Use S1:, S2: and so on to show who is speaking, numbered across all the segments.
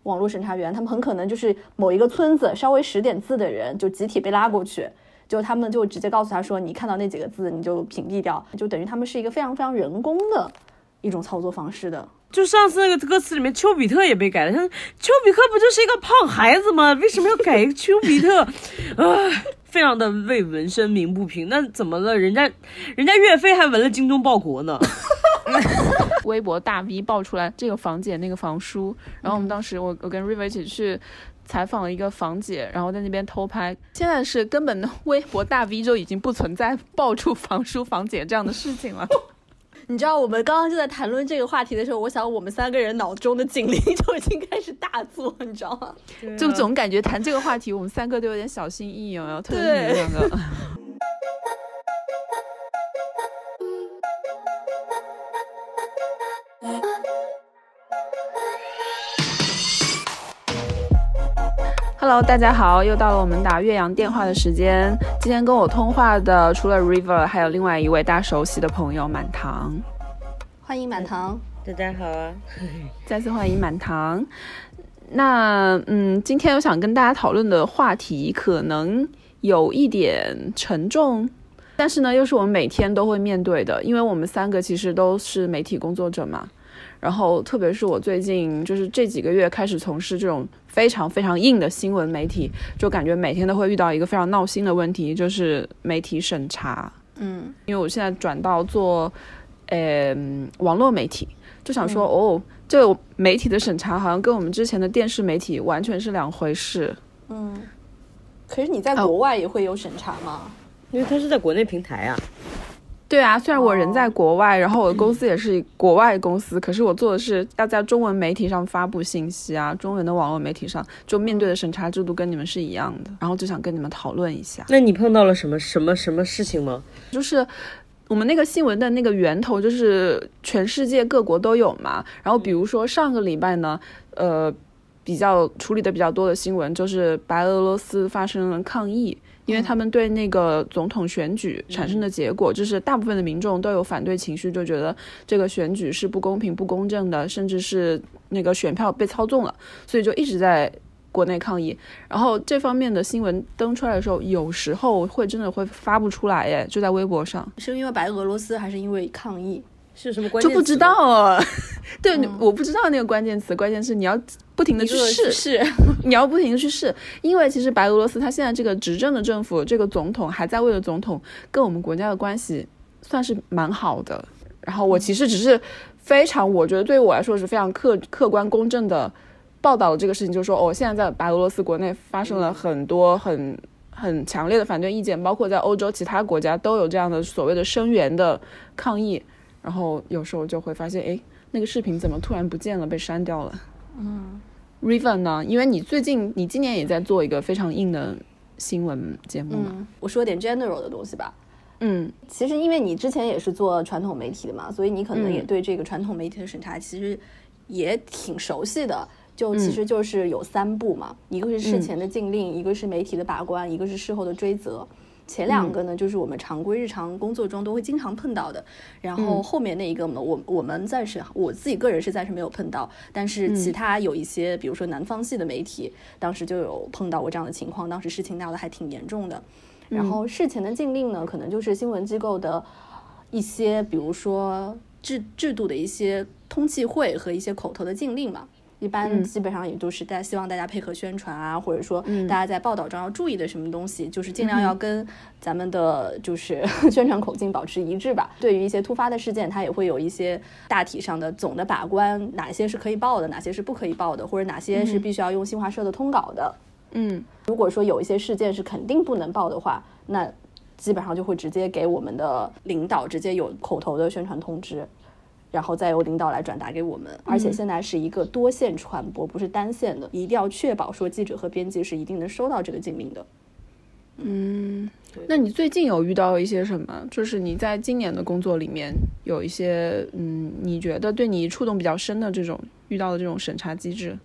S1: 网络审查员，他们很可能就是某一个村子稍微识点字的人就集体被拉过去，就他们就直接告诉他说你看到那几个字你就屏蔽掉，就等于他们是一个非常非常人工的一种操作方式的。
S2: 就上次那个歌词里面丘比特也被改了，丘比特不就是一个胖孩子吗？为什么要改一个丘比特？非常的为纹身鸣不平。那怎么了？人家岳飞还纹了精忠报国呢。
S3: 微博大 V 爆出来这个房姐那个房叔，然后我们当时我跟 River 一起去采访了一个房姐，然后在那边偷拍。现在是根本的微博大 V 就已经不存在爆出房叔房姐这样的事情了。
S1: 你知道我们刚刚就在谈论这个话题的时候，我想我们3个人脑中的警铃就已经开始大作，你知道吗？
S3: 就总感觉谈这个话题我们3个都有点小心翼翼，有没有？特别是你们两个。Hello， 大家好，又到了我们打岳阳电话的时间。今天跟我通话的除了 River， 还有另外一位大家熟悉的朋友满堂。
S1: 欢迎满堂。
S2: 大家好啊，
S3: 再次欢迎满堂。那今天我想跟大家讨论的话题可能有一点沉重，但是呢，又是我们每天都会面对的，因为我们3个其实都是媒体工作者嘛。然后特别是我最近就是这几个月开始从事这种非常非常硬的新闻媒体，就感觉每天都会遇到一个非常闹心的问题，就是媒体审查。因为我现在转到做网络媒体，就想说这个媒体的审查好像跟我们之前的电视媒体完全是两回事。
S1: 可是你在国外也会有审查吗？
S2: 因为它是在国内平台啊。
S3: 对啊，虽然我人在国外，然后我的公司也是国外公司，可是我做的是要在中文媒体上发布信息啊，中文的网络媒体上就面对的审查制度跟你们是一样的，然后就想跟你们讨论一下。
S2: 那你碰到了什么事情吗？
S3: 就是我们那个新闻的那个源头就是全世界各国都有嘛，然后比如说上个礼拜呢，比较处理的比较多的新闻就是白俄罗斯发生了抗议，因为他们对那个总统选举产生的结果，就是大部分的民众都有反对情绪，就觉得这个选举是不公平不公正的，甚至是那个选票被操纵了，所以就一直在国内抗议。然后这方面的新闻登出来的时候，有时候真的会发不出来耶，就在微博上。
S1: 是因为白俄罗斯还是因为抗议？
S2: 是什么关键词？
S3: 就不知道啊。对，我不知道那个关键词，关键是你要不停的去试，你要不停的去试，因为其实白俄罗斯他现在这个执政的政府，这个总统还在位的总统，跟我们国家的关系算是蛮好的。然后我其实只是非常，我觉得对于我来说是非常客观公正的报道了这个事情，就是说现在在白俄罗斯国内发生了很多很强烈的反对意见，包括在欧洲其他国家都有这样的所谓的声援的抗议。然后有时候就会发现，那个视频怎么突然不见了，被删掉了。Riven 呢？因为你今年也在做一个非常硬的新闻节目嘛。
S1: 我说点 general 的东西吧。其实因为你之前也是做传统媒体的嘛，所以你可能也对这个传统媒体的审查其实也挺熟悉的。就其实就是有3步嘛，一个是事前的禁令，一个是媒体的把关，一个是事后的追责。前2个呢，就是我们常规日常工作中都会经常碰到的，然后后面那一个呢，我们暂时我自己个人是暂时没有碰到，但是其他有一些比如说南方系的媒体当时就有碰到过这样的情况，当时事情闹得还挺严重的。然后事前的禁令呢，可能就是新闻机构的一些比如说制度的一些通气会和一些口头的禁令嘛，一般基本上也就是希望大家配合宣传啊，或者说大家在报道中要注意的什么东西，就是尽量要跟咱们的就是宣传口径保持一致吧。对于一些突发的事件，它也会有一些大体上的总的把关，哪些是可以报的，哪些是不可以报的，或者哪些是必须要用新华社的通稿的。如果说有一些事件是肯定不能报的话，那基本上就会直接给我们的领导直接有口头的宣传通知，然后再由领导来转达给我们。而且现在是一个多线传播，不是单线的，一定要确保说记者和编辑是一定能收到这个禁令的。
S3: 那你最近有遇到一些什么，就是你在今年的工作里面有一些你觉得对你触动比较深的这种遇到的这种审查机制？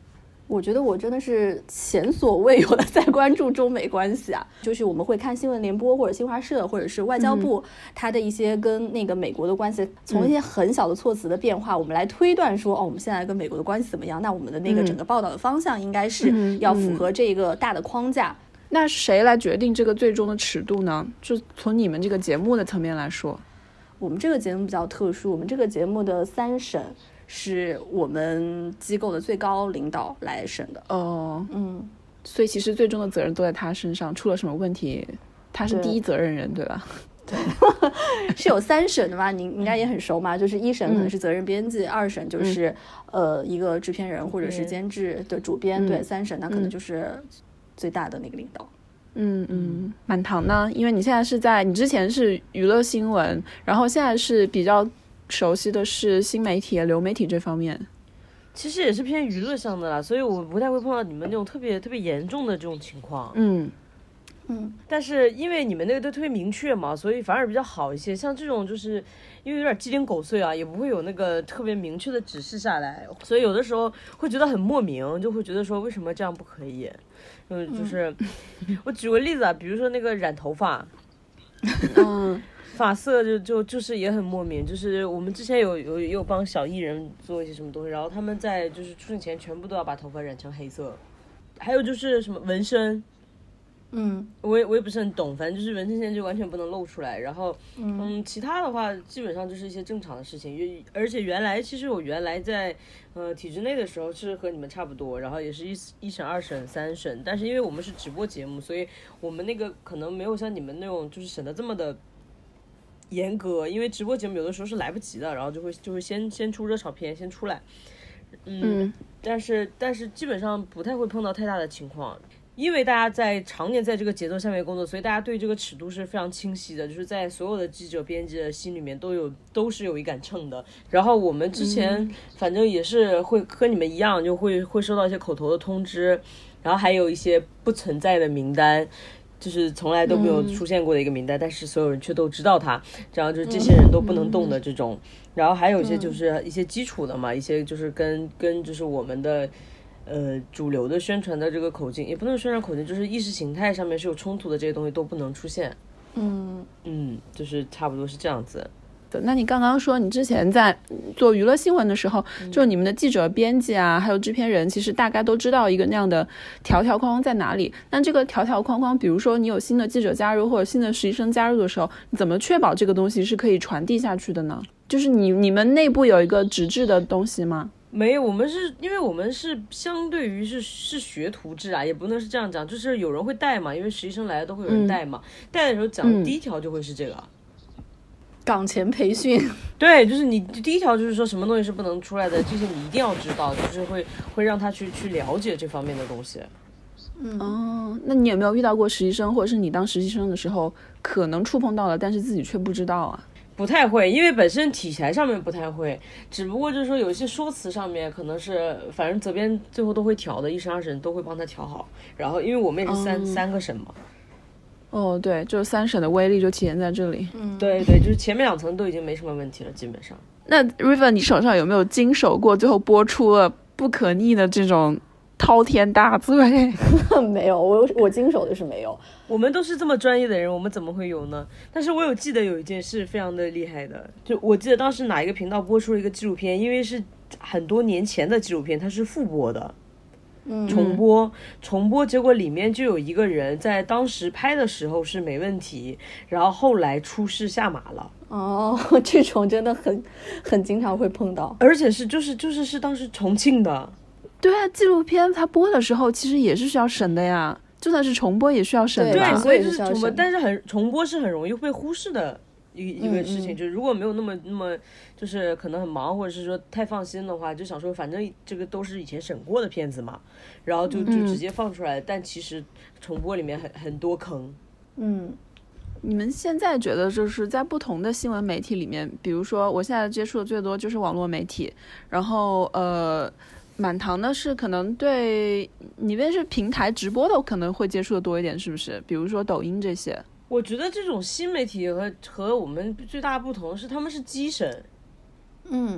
S1: 我觉得我真的是前所未有的在关注中美关系啊，就是我们会看新闻联播或者新华社或者是外交部它的一些跟那个美国的关系，从一些很小的措辞的变化，我们来推断说我们现在跟美国的关系怎么样，那我们的那个整个报道的方向应该是要符合这个大的框架。
S3: 那谁来决定这个最终的尺度呢？就从你们这个节目的层面来说。
S1: 我们这个节目比较特殊，我们这个节目的3审是我们机构的最高领导来审的。
S3: 所以其实最终的责任都在他身上，出了什么问题他是第一责任人，对吧？
S1: 对是有3审的嘛，你应该也很熟嘛，就是1审可能是责任编辑，2审就是一个制片人或者是监制的主编，对，3审那可能就是最大的那个领导。
S3: 满堂呢？因为你现在你之前是娱乐新闻，然后现在是比较熟悉的是新媒体流媒体这方面，
S2: 其实也是偏娱乐向的啦，所以我不太会碰到你们那种特别特别严重的这种情况。但是因为你们那个都特别明确嘛，所以反而比较好一些。像这种就是因为有点鸡零狗碎啊，也不会有那个特别明确的指示下来，所以有的时候会觉得很莫名，就会觉得说为什么这样不可以。就是我举个例子啊，比如说那个染头发，发色就是也很莫名。就是我们之前有帮小艺人做一些什么东西，然后他们在就是出镜前全部都要把头发染成黑色。还有就是什么纹身，我也不是很懂，反正就是纹身线就完全不能露出来。然后其他的话基本上就是一些正常的事情。而且其实我原来在体制内的时候是和你们差不多，然后也是一审、2审、3审，但是因为我们是直播节目，所以我们那个可能没有像你们那种就是审得这么的严格，因为直播节目有的时候是来不及的，然后就会先出热炒片先出来。但是基本上不太会碰到太大的情况。因为大家常年在这个节奏下面工作，所以大家对这个尺度是非常清晰的，就是在所有的记者编辑的心里面都是有一杆秤的。然后我们之前反正也是会和你们一样，就会收到一些口头的通知，然后还有一些不存在的名单，就是从来都没有出现过的一个名单，但是所有人却都知道它，然后就是这些人都不能动的这种。然后还有一些就是一些基础的嘛，一些就是跟就是我们的主流的宣传的这个口径，也不能宣传口径，就是意识形态上面是有冲突的这些东西都不能出现。就是差不多是这样子。
S3: 那你刚刚说你之前在做娱乐新闻的时候，就你们的记者编辑啊还有制片人其实大概都知道一个那样的条条框框在哪里。那这个条条框框比如说你有新的记者加入或者新的实习生加入的时候，你怎么确保这个东西是可以传递下去的呢？就是你们内部有一个纸质的东西吗？
S2: 没有，因为我们是相对于是学徒制啊，也不能是这样讲，就是有人会带嘛，因为实习生来了都会有人带嘛，带的时候讲的第一条就会是这个
S1: 岗前培训。
S2: 对，就是你第一条就是说什么东西是不能出来的，这些你一定要知道，就是会让他去了解这方面的东西。
S3: 那你有没有遇到过实习生，或者是你当实习生的时候可能触碰到了，但是自己却不知道啊？
S2: 不太会，因为本身题材上面不太会，只不过就是说有一些说辞上面可能是反正责编最后都会调的，1审2审都会帮他调好。然后因为我们也是三个审嘛。
S3: 对，就是3审的威力就体现在这里。
S2: 对，就是前面2层都已经没什么问题了，基本上。
S3: 那 River 你手上有没有经手过最后播出了不可逆的这种滔天大罪？
S1: 没有，我经手的是没有。
S2: 我们都是这么专业的人，我们怎么会有呢？但是我记得有一件事非常的厉害的，就我记得当时哪一个频道播出了一个纪录片，因为是很多年前的纪录片，它是复播的，重播，结果里面就有一个人在当时拍的时候是没问题，然后后来出事下马了。
S1: 这种真的很经常会碰到，
S2: 而且是就是当时重庆的。
S3: 对啊，纪录片它播的时候其实也是需要审的呀，就算是重播也需要审的。
S2: 对，所以就是重播，但是重播是很容易被忽视的一个事情。就是如果没有那么就是可能很忙，或者是说太放心的话，就想说反正这个都是以前审过的片子嘛，然后就直接放出来。但其实重播里面很多坑。
S3: 你们现在觉得就是在不同的新闻媒体里面，比如说我现在接触的最多就是网络媒体，然后满堂的是可能对你们是平台直播的可能会接触的多一点，是不是？比如说抖音这些。
S2: 我觉得这种新媒体和我们最大的不同是他们是机审。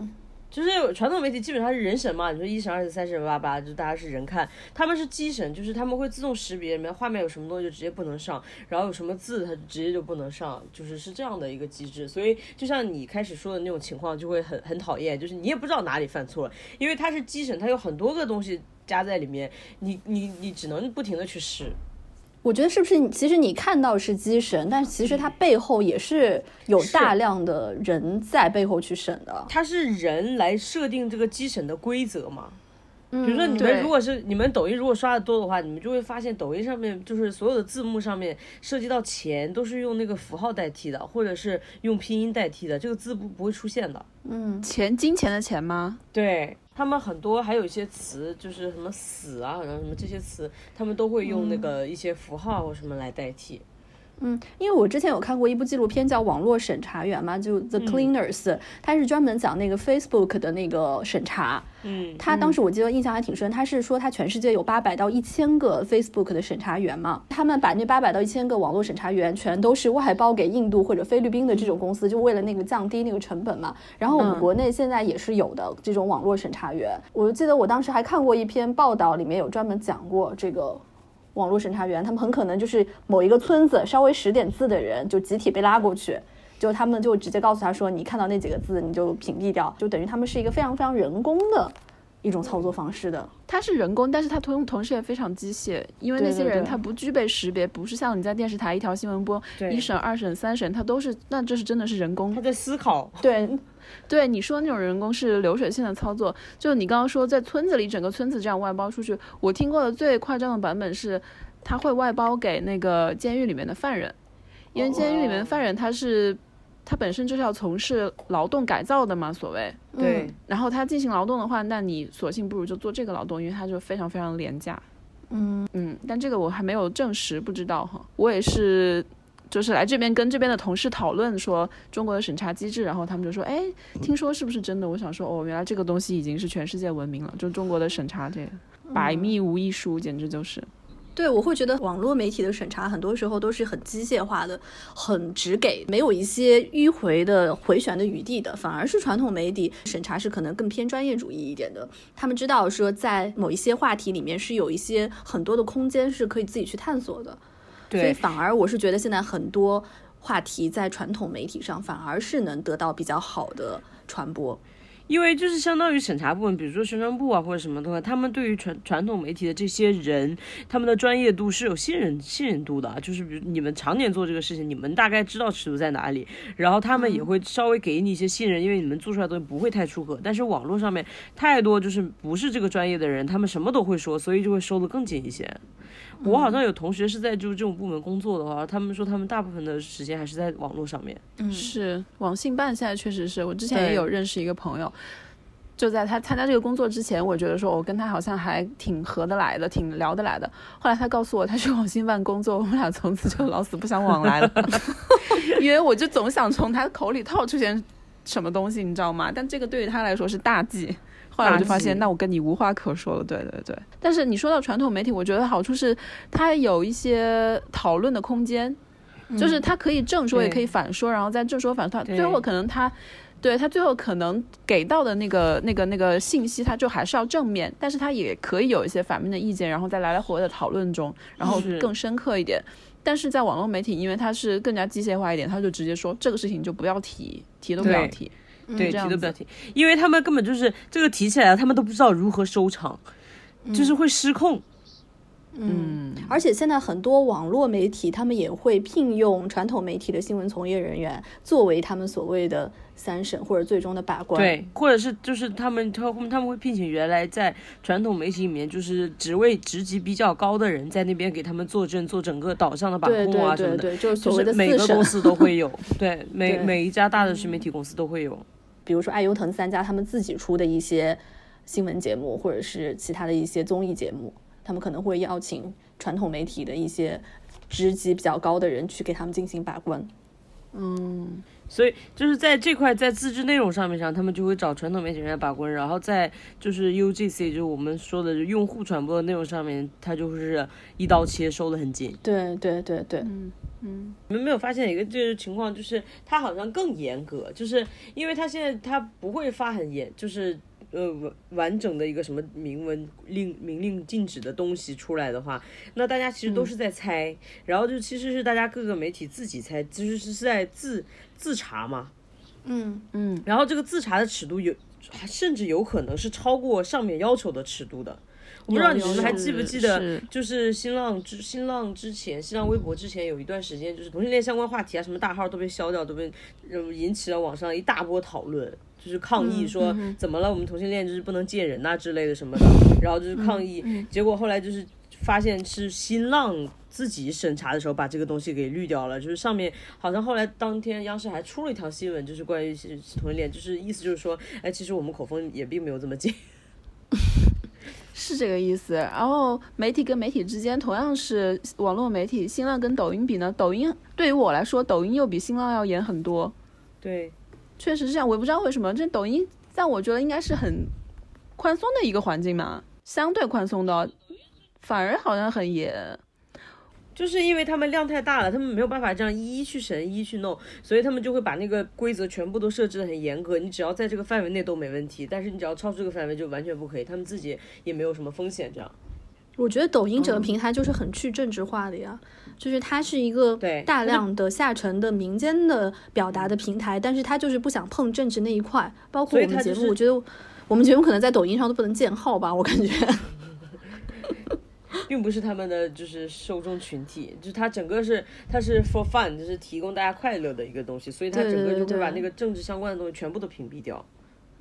S2: 就是传统媒体基本上是人审嘛，你说1审、2审、3审、8，就大家是人看，他们是机审，就是他们会自动识别里面画面有什么东西就直接不能上，然后有什么字它直接就不能上，就是这样的一个机制。所以就像你开始说的那种情况就会很讨厌，就是你也不知道哪里犯错了，因为它是机审，它有很多个东西加在里面，你只能不停的去试。
S1: 我觉得是不是其实你看到是机审，但其实它背后也是有大量的人在背后去审的。
S2: 它是人来设定这个机审的规则嘛？比如说你们如果是你们抖音如果刷的多的话，你们就会发现抖音上面就是所有的字幕上面涉及到钱都是用那个符号代替的，或者是用拼音代替的，这个字不会出现的。
S3: 钱，金钱的钱吗？
S2: 对，他们很多还有一些词，就是什么死啊，然后什么这些词，他们都会用那个一些符号或什么来代替。
S1: 因为我之前有看过一部纪录片叫《网络审查员》嘛，就 The Cleaners，它是专门讲那个 Facebook 的那个审查。他当时我记得印象还挺深，他是说他全世界有800到1000个 Facebook 的审查员嘛，他们把那800到1000个网络审查员全都是外包给印度或者菲律宾的这种公司，就为了那个降低那个成本嘛。然后我们国内现在也是有的这种网络审查员，我记得我当时还看过一篇报道，里面有专门讲过这个网络审查员，他们很可能就是某一个村子稍微识点字的人就集体被拉过去，就他们就直接告诉他说你看到那几个字你就屏蔽掉，就等于他们是一个非常非常人工的一种操作方式的。
S3: 它是人工，但是它同时也非常机械，因为那些人他不具备识别，不是像你在电视台一条新闻播1审、2审、3审，他都是，那这是真的是人工，
S2: 他在思考。
S3: 对，你说那种人工是流水线的操作，就你刚刚说在村子里整个村子这样外包出去，我听过的最夸张的版本是他会外包给那个监狱里面的犯人，因为监狱里面的犯人他本身就是要从事劳动改造的嘛，所谓。
S2: 对，
S3: 然后他进行劳动的话，那你索性不如就做这个劳动，因为他就非常非常廉价。但这个我还没有证实，不知道哈。我也是就是来这边跟这边的同事讨论说中国的审查机制，然后他们就说哎，听说是不是真的？我想说哦，原来这个东西已经是全世界闻名了，就中国的审查这个百密无一疏，简直就是。
S1: 对，我会觉得网络媒体的审查很多时候都是很机械化的，很直给，没有一些迂回的回旋的余地的，反而是传统媒体审查是可能更偏专业主义一点的，他们知道说在某一些话题里面是有一些很多的空间是可以自己去探索的。所以反而我是觉得现在很多话题在传统媒体上反而是能得到比较好的传播。
S2: 因为就是相当于审查部门，比如说宣传部啊或者什么的话，他们对于传统媒体的这些人，他们的专业度是有信任度的，就是比如你们常年做这个事情，你们大概知道尺度在哪里，然后他们也会稍微给你一些信任，因为你们做出来的东西不会太出格。但是网络上面太多就是不是这个专业的人，他们什么都会说，所以就会收得更紧一些。我好像有同学是在就是这种部门工作的话，他们说他们大部分的时间还是在网络上面。
S3: 是网信办现在确实是我之前也有认识一个朋友，就在他参加这个工作之前，我觉得说我跟他好像还挺合得来的，挺聊得来的。后来他告诉我他去网信办工作，我们俩从此就老死不相往来了。因为我就总想从他口里套出些什么东西，你知道吗？但这个对于他来说是大忌。后来我就发现那我跟你无话可说了。对，但是你说到传统媒体，我觉得好处是它有一些讨论的空间，就是它可以正说也可以反说，然后在正说反说，最后可能他最后可能给到的那个信息，他就还是要正面，但是他也可以有一些反面的意见，然后在来来回回的讨论中，然后更深刻一点。但是在网络媒体，因为它是更加机械化一点，他就直接说这个事情就不要提都不要提。
S2: 对，提都不要提，因为他们根本就是这个提起来了，他们都不知道如何收场，就是会失控。
S1: 而且现在很多网络媒体他们也会聘用传统媒体的新闻从业人员作为他们所谓的3审或者最终的把关。
S2: 对，或者是就是他们会聘请原来在传统媒体里面就是职级比较高的人在那边给他们坐镇，做整个岛上的把控啊什么的。
S1: 对，就是所谓的4审，
S2: 每个公司都会有。对，每一家大的新媒体公司都会有。
S1: 比如说爱优腾3家他们自己出的一些新闻节目，或者是其他的一些综艺节目，他们可能会邀请传统媒体的一些职级比较高的人去给他们进行把关。
S2: 所以就是在这块，在自制内容上面上，他们就会找传统媒体人来把关，然后在就是 UGC， 就是我们说的用户传播的内容上面，它就是一刀切，收得很紧。
S1: 对，
S2: 你们没有发现一个这个情况，就是它好像更严格，就是因为它现在它不会发很严，就是完整的一个什么明令禁止的东西出来的话，那大家其实都是在猜，然后就其实是大家各个媒体自己猜，其实是在自查嘛。然后这个自查的尺度甚至有可能是超过上面要求的尺度的。我不知道你们还记不记得，就是新浪之前，新浪微博之前有一段时间，就是同性恋相关话题啊，什么大号都被消掉，都被引起了网上一大波讨论，就是抗议说怎么了，我们同性恋就是不能见人啊之类的什么的，然后就是抗议，结果后来就是发现是新浪自己审查的时候把这个东西给滤掉了，就是上面好像后来当天央视还出了一条新闻，就是关于同性恋，就是意思就是说，哎，其实我们口风也并没有这么紧。
S3: 是这个意思。然后媒体跟媒体之间同样是网络媒体，新浪跟抖音比呢，抖音对于我来说，抖音又比新浪要严很多。
S2: 对，
S3: 确实是这样。我也不知道为什么，这抖音在我觉得应该是很宽松的一个环境嘛，相对宽松的，反而好像很严。
S2: 就是因为他们量太大了，他们没有办法这样一一去审一一去弄，所以他们就会把那个规则全部都设置得很严格，你只要在这个范围内都没问题，但是你只要超出这个范围就完全不可以，他们自己也没有什么风险这样。
S1: 我觉得抖音整个平台就是很去政治化的呀，就是它是一个大量的下沉的民间的表达的平台，但是它就是不想碰政治那一块，包括我们节目，我觉得我们节目可能在抖音上都不能建号吧，我感觉。
S2: 并不是他们的就是受众群体，就是它整个它是 for fun， 就是提供大家快乐的一个东西，所以它整个就会把那个政治相关的东西全部都屏蔽掉。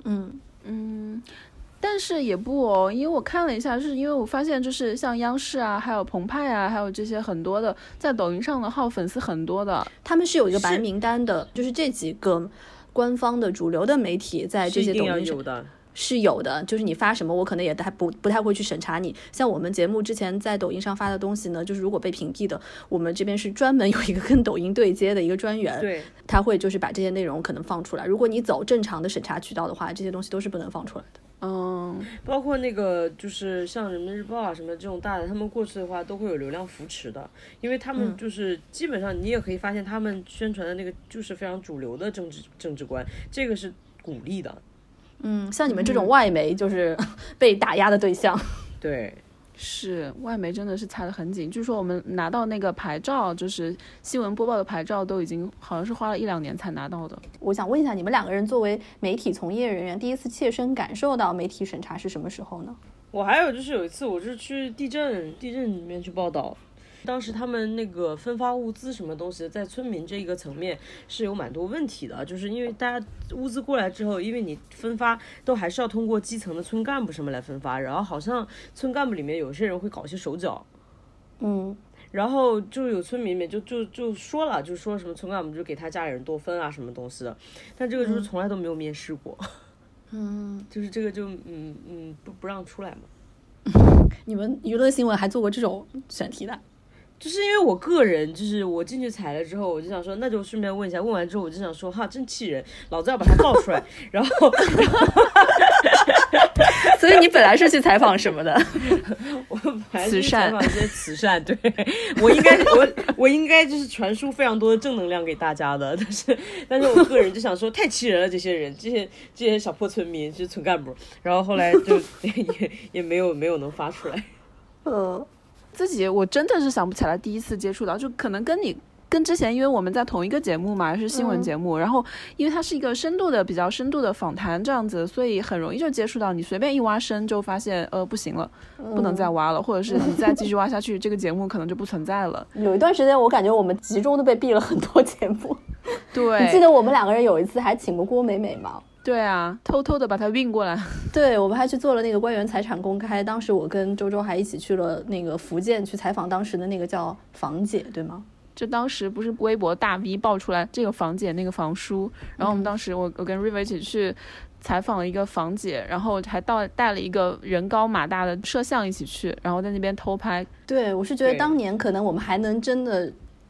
S3: 但是也不哦，因为我看了一下，是因为我发现就是像央视啊，还有澎湃啊，还有这些很多的在抖音上的号粉丝很多的，
S1: 他们是有一个白名单的，就是这几个官方的主流的媒体在这些抖音上是有的，就是你发什么我可能也不太会去审查你。像我们节目之前在抖音上发的东西呢，就是如果被屏蔽的，我们这边是专门有一个跟抖音对接的一个专员，
S2: 对，
S1: 他会就是把这些内容可能放出来，如果你走正常的审查渠道的话，这些东西都是不能放出来的。
S2: 包括那个就是像人民日报啊什么这种大的，他们过去的话都会有流量扶持的，因为他们就是基本上你也可以发现他们宣传的那个就是非常主流的政治观，这个是鼓励的。
S1: 像你们这种外媒就是被打压的对象。
S2: 对，
S3: 是外媒真的是踩得很紧，据说我们拿到那个牌照，就是新闻播报的牌照，都已经好像是花了1-2年才拿到的。
S1: 我想问一下，你们两个人作为媒体从业人员，第一次切身感受到媒体审查是什么时候呢？
S2: 我还有就是有一次我是去地震里面去报道，当时他们那个分发物资什么东西，在村民这一个层面是有蛮多问题的，就是因为大家物资过来之后，因为你分发都还是要通过基层的村干部什么来分发，然后好像村干部里面有些人会搞些手脚，然后就有村民里面就说了，就说什么村干部就给他家里人多分啊什么东西的，但这个就是从来都没有面试过，就是这个就不让出来嘛。
S1: 你们娱乐新闻还做过这种选题的？
S2: 就是因为我个人，就是我进去采了之后，我就想说，那就顺便问一下，问完之后我就想说，哈，真气人，老子要把他告出来。然后，
S1: 所以你本来是去采访什么的？
S2: 我本来是去采访一些慈善，对，我应该就是传输非常多的正能量给大家的，但是我个人就想说，太气人了，这些人，这些小破村民，就是村干部，然后后来就也没有能发出来。
S3: 自己我真的是想不起来第一次接触到，就可能跟之前，因为我们在同一个节目嘛，是新闻节目，然后因为它是一个比较深度的访谈这样子，所以很容易就接触到，你随便一挖深就发现不行了，不能再挖了，或者是你再继续挖下去这个节目可能就不存在了。
S1: 有一段时间我感觉我们集中的被毙了很多节目。
S3: 对，
S1: 你记得我们两个人有一次还请过郭美美吗？
S3: 对啊，偷偷的把它运过来。
S1: 对，我们还去做了那个官员财产公开，当时我跟周周还一起去了那个福建去采访当时的那个叫房姐，对吗？
S3: 就当时不是微博大 V 爆出来这个房姐那个房叔，然后我们当时我跟 River 一起去采访了一个房姐，然后还带了一个人高马大的摄像一起去，然后在那边偷拍。
S1: 对，我是觉得当年可能我们还能真的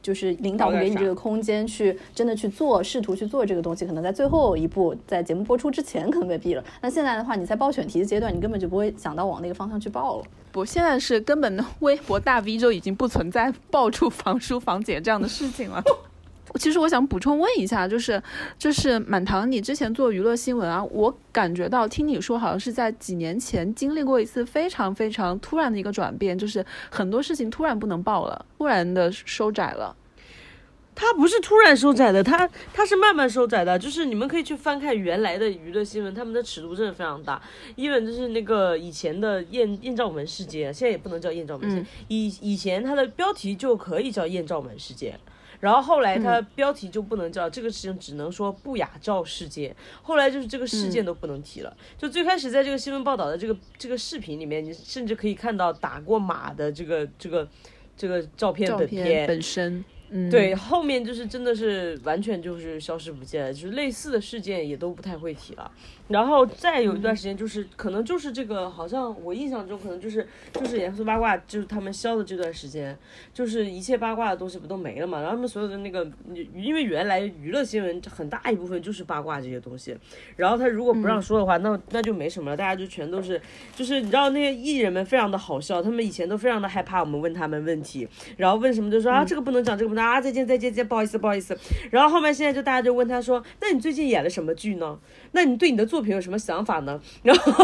S1: 就是领导会给你这个空间去真的去做，试图去做这个东西，可能在最后一步，在节目播出之前可能被毙了。那现在的话，你在报选题的阶段，你根本就不会想到往那个方向去报了。
S3: 不，现在是根本的微博大 V 就已经不存在爆出房叔房姐这样的事情了。其实我想补充问一下，就是满堂，你之前做娱乐新闻啊，我感觉到听你说好像是在几年前经历过一次非常非常突然的一个转变，就是很多事情突然不能报了，突然的收窄了。
S2: 它不是突然收窄的，它是慢慢收窄的。就是你们可以去翻看原来的娱乐新闻，他们的尺度真的非常大。even 就是那个以前的艳照门事件，现在也不能叫艳照门事件，以前它的标题就可以叫艳照门事件。然后后来它标题就不能叫这个事情，只能说不雅照事件。后来就是这个事件都不能提了。就最开始在这个新闻报道的这个视频里面，你甚至可以看到打过码的这个照片
S3: 本身。
S2: 对，后面就是真的是完全就是消失不见了，就是类似的事件也都不太会提了。然后再有一段时间，就是可能就是这个，好像我印象中可能就是严肃八卦，就是他们消的这段时间，就是一切八卦的东西不都没了嘛。然后他们所有的那个，因为原来娱乐新闻很大一部分就是八卦这些东西，然后他如果不让说的话，那就没什么了，大家就全都是，就是你知道那些艺人们非常的好笑，他们以前都非常的害怕我们问他们问题，然后问什么就说啊这个不能讲，这个不能啊，再见，不好意思。然后后面现在就大家就问他说，那你最近演了什么剧呢？那你对你的作品有什么想法呢？然后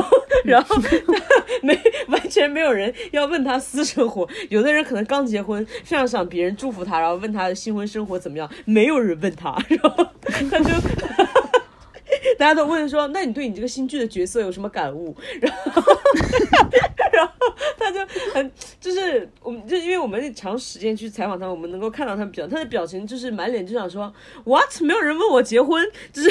S2: 完全没有人要问他私生活，有的人可能刚结婚，非常想别人祝福他，然后问他的新婚生活怎么样，没有人问他，然后他就大家都问说，那你对你这个新剧的角色有什么感悟？然后他就就是我们就因为我们长时间去采访他，我们能够看到他的表情就是满脸就想说 what， 没有人问我结婚，就是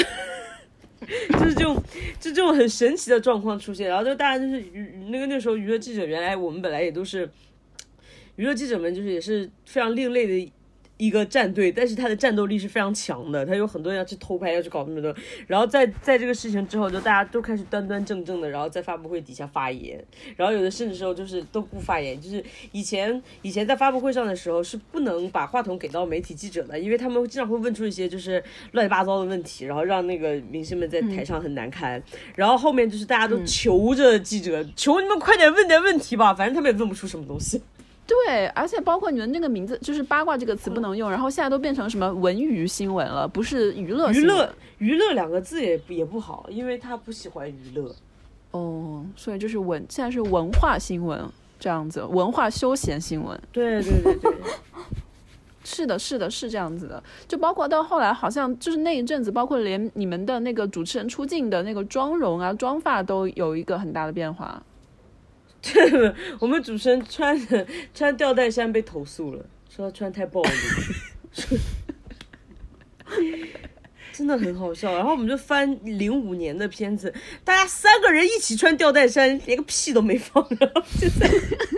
S2: 这种很神奇的状况出现。然后就大家就是那时候娱乐记者，原来我们本来也都是娱乐记者们，就是也是非常另类的一个战队，但是他的战斗力是非常强的，他有很多人要去偷拍，要去搞那么多，然后在这个事情之后，就大家都开始端端正正的，然后在发布会底下发言，然后有的甚至时候就是都不发言，就是以前在发布会上的时候是不能把话筒给到媒体记者的，因为他们经常会问出一些就是乱七八糟的问题，然后让那个明星们在台上很难堪，然后后面就是大家都求着记者，求你们快点问点问题吧，反正他们也问不出什么东西。
S3: 对，而且包括你们这个名字，就是八卦这个词不能用，然后现在都变成什么文娱新闻了，不是娱乐新闻。
S2: 娱乐两个字也不好，因为他不喜欢娱乐。
S3: 哦，所以就是现在是文化新闻这样子，文化休闲新闻。
S2: 对。
S3: 是的，是这样子的。就包括到后来，好像就是那一阵子，包括连你们的那个主持人出镜的那个妆容啊、妆发都有一个很大的变化。
S2: 我们主持人穿吊带衫被投诉了，说他穿太暴力，真的很好笑。然后我们就翻05年的片子，大家3个人一起穿吊带衫，连个屁都没放，然后现在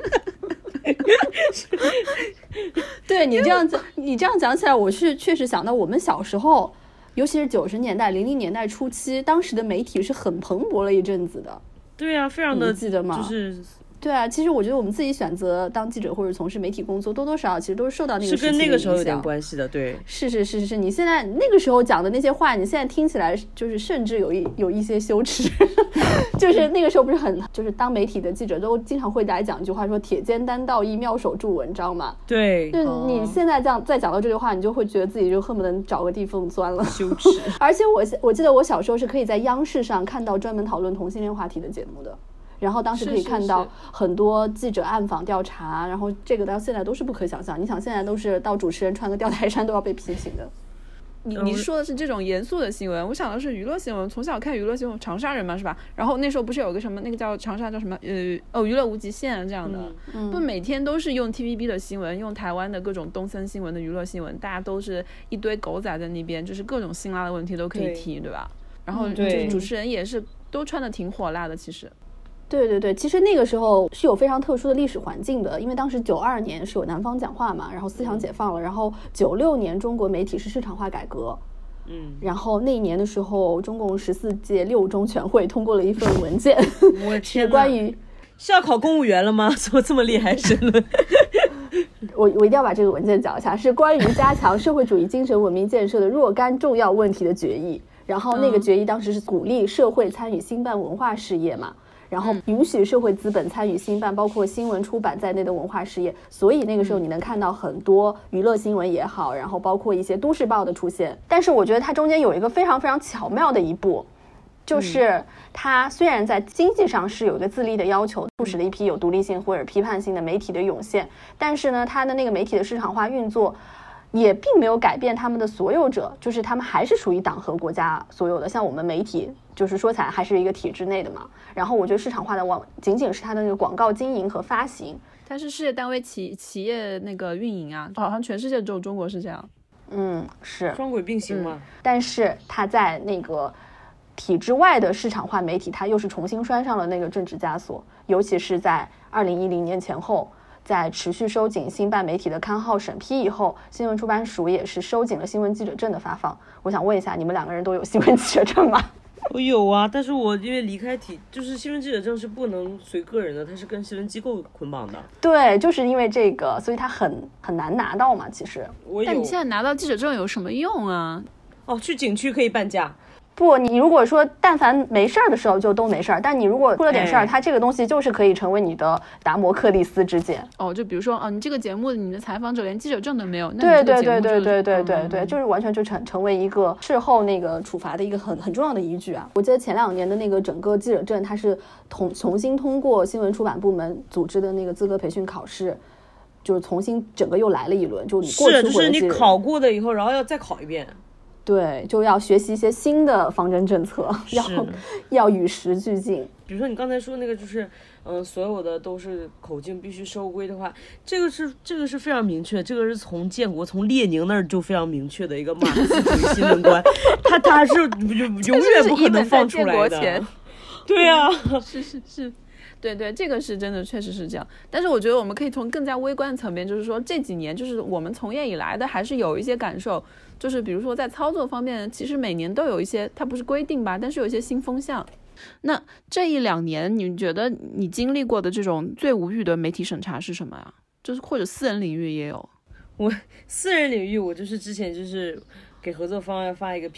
S1: 对你这样讲起来，我是确实想到我们小时候，尤其是90年代、00年代初期，当时的媒体是很蓬勃了一阵子的。
S2: 对啊，非常的，
S1: 你记得吗？
S2: 就是
S1: 对啊，其实我觉得我们自己选择当记者或者从事媒体工作，多多少少其实都是受到那个时期的影响，
S2: 是跟那个时候有点关系的。对，
S1: 是，你现在那个时候讲的那些话，你现在听起来就是甚至有一些羞耻。就是那个时候不是很，就是当媒体的记者都经常会来讲一句话，说铁肩担道义，妙手著文章嘛。
S2: 对，
S1: 就你现在这样再讲到这句话，你就会觉得自己就恨不得找个地缝钻了，
S2: 羞耻。
S1: 而且我记得我小时候是可以在央视上看到专门讨论同性恋话题的节目的。然后当时可以看到很多记者暗访调查，然后这个到现在都是不可想象。你想现在都是到主持人穿个吊带衫都要被批评的。
S3: 你说的是这种严肃的新闻，我想的是娱乐新闻。从小看娱乐新闻，长沙人嘛是吧？然后那时候不是有个什么那个叫长沙叫什么娱乐无极限这样的，不每天都是用 TVB 的新闻，用台湾的各种东森新闻的娱乐新闻，大家都是一堆狗仔在那边，就是各种辛辣的问题都可以提， 对吧？然后就是主持人也是都穿的挺火辣的，其实。
S1: 对，其实那个时候是有非常特殊的历史环境的，因为当时92年是有南方讲话嘛，然后思想解放了，然后96年中国媒体是市场化改革，然后那一年的时候，中共14届6中全会通过了一份文件，
S2: 我天，
S1: 是关于
S2: 是要考公务员了吗？怎么这么厉害申论？
S1: 我一定要把这个文件讲一下，是关于加强社会主义精神文明建设的若干重要问题的决议。然后那个决议当时是鼓励社会参与兴办文化事业嘛，然后允许社会资本参与兴办包括新闻出版在内的文化事业，所以那个时候你能看到很多娱乐新闻也好，然后包括一些都市报的出现。但是我觉得它中间有一个非常非常巧妙的一步，就是它虽然在经济上是有一个自立的要求，促使了一批有独立性或者批判性的媒体的涌现，但是呢，它的那个媒体的市场化运作也并没有改变他们的所有者，就是他们还是属于党和国家所有的，像我们媒体就是说起来还是一个体制内的嘛。然后我觉得市场化的仅仅是它的那个广告经营和发行，
S3: 它是事业单位企业那个运营啊，好像全世界只有中国是这样。
S1: 是
S2: 双轨并行嘛。
S1: 但是它在那个体制外的市场化媒体，它又是重新拴上了那个政治枷锁，尤其是在2010年前后，在持续收紧新办媒体的刊号审批以后，新闻出版署也是收紧了新闻记者证的发放。我想问一下，你们两个人都有新闻记者证吗？
S2: 我有啊，但是我因为离开就是新闻记者证是不能随个人的，它是跟新闻机构捆绑的。
S1: 对，就是因为这个，所以它很难拿到嘛。其实，
S3: 但你现在拿到记者证有什么用啊？
S2: 去景区可以办假。
S1: 不，你如果说但凡没事儿的时候就都没事儿，但你如果出了点事儿，它这个东西就是可以成为你的达摩克利斯之剑。
S3: 就比如说你这个节目你的采访者连记者证都没有，那
S1: 对，就是完全就成为一个事后那个处罚的一个很重要的依据啊。我记得前2年的那个整个记者证，它是重新通过新闻出版部门组织的那个资格培训考试，就是重新整个又来了一轮，就你过去
S2: 就是你考过的以后，然后要再考一遍。
S1: 对，就要学习一些新的方针政策，要与时俱进。
S2: 比如说你刚才说那个，就是所有的都是口径必须收归的话，这个是非常明确，这个是从建国从列宁那儿就非常明确的一个马克思主义新闻观，他是永远不可能放出来的。对啊，
S3: 是。对，这个是真的，确实是这样。但是我觉得我们可以从更加微观的层面，就是说这几年就是我们从业以来的还是有一些感受，就是比如说在操作方面，其实每年都有一些，它不是规定吧，但是有一些新风向。那这1-2年你觉得你经历过的这种最无语的媒体审查是什么呀？就是或者私人领域也有。
S2: 我私人领域我就是之前就是给合作方要发一个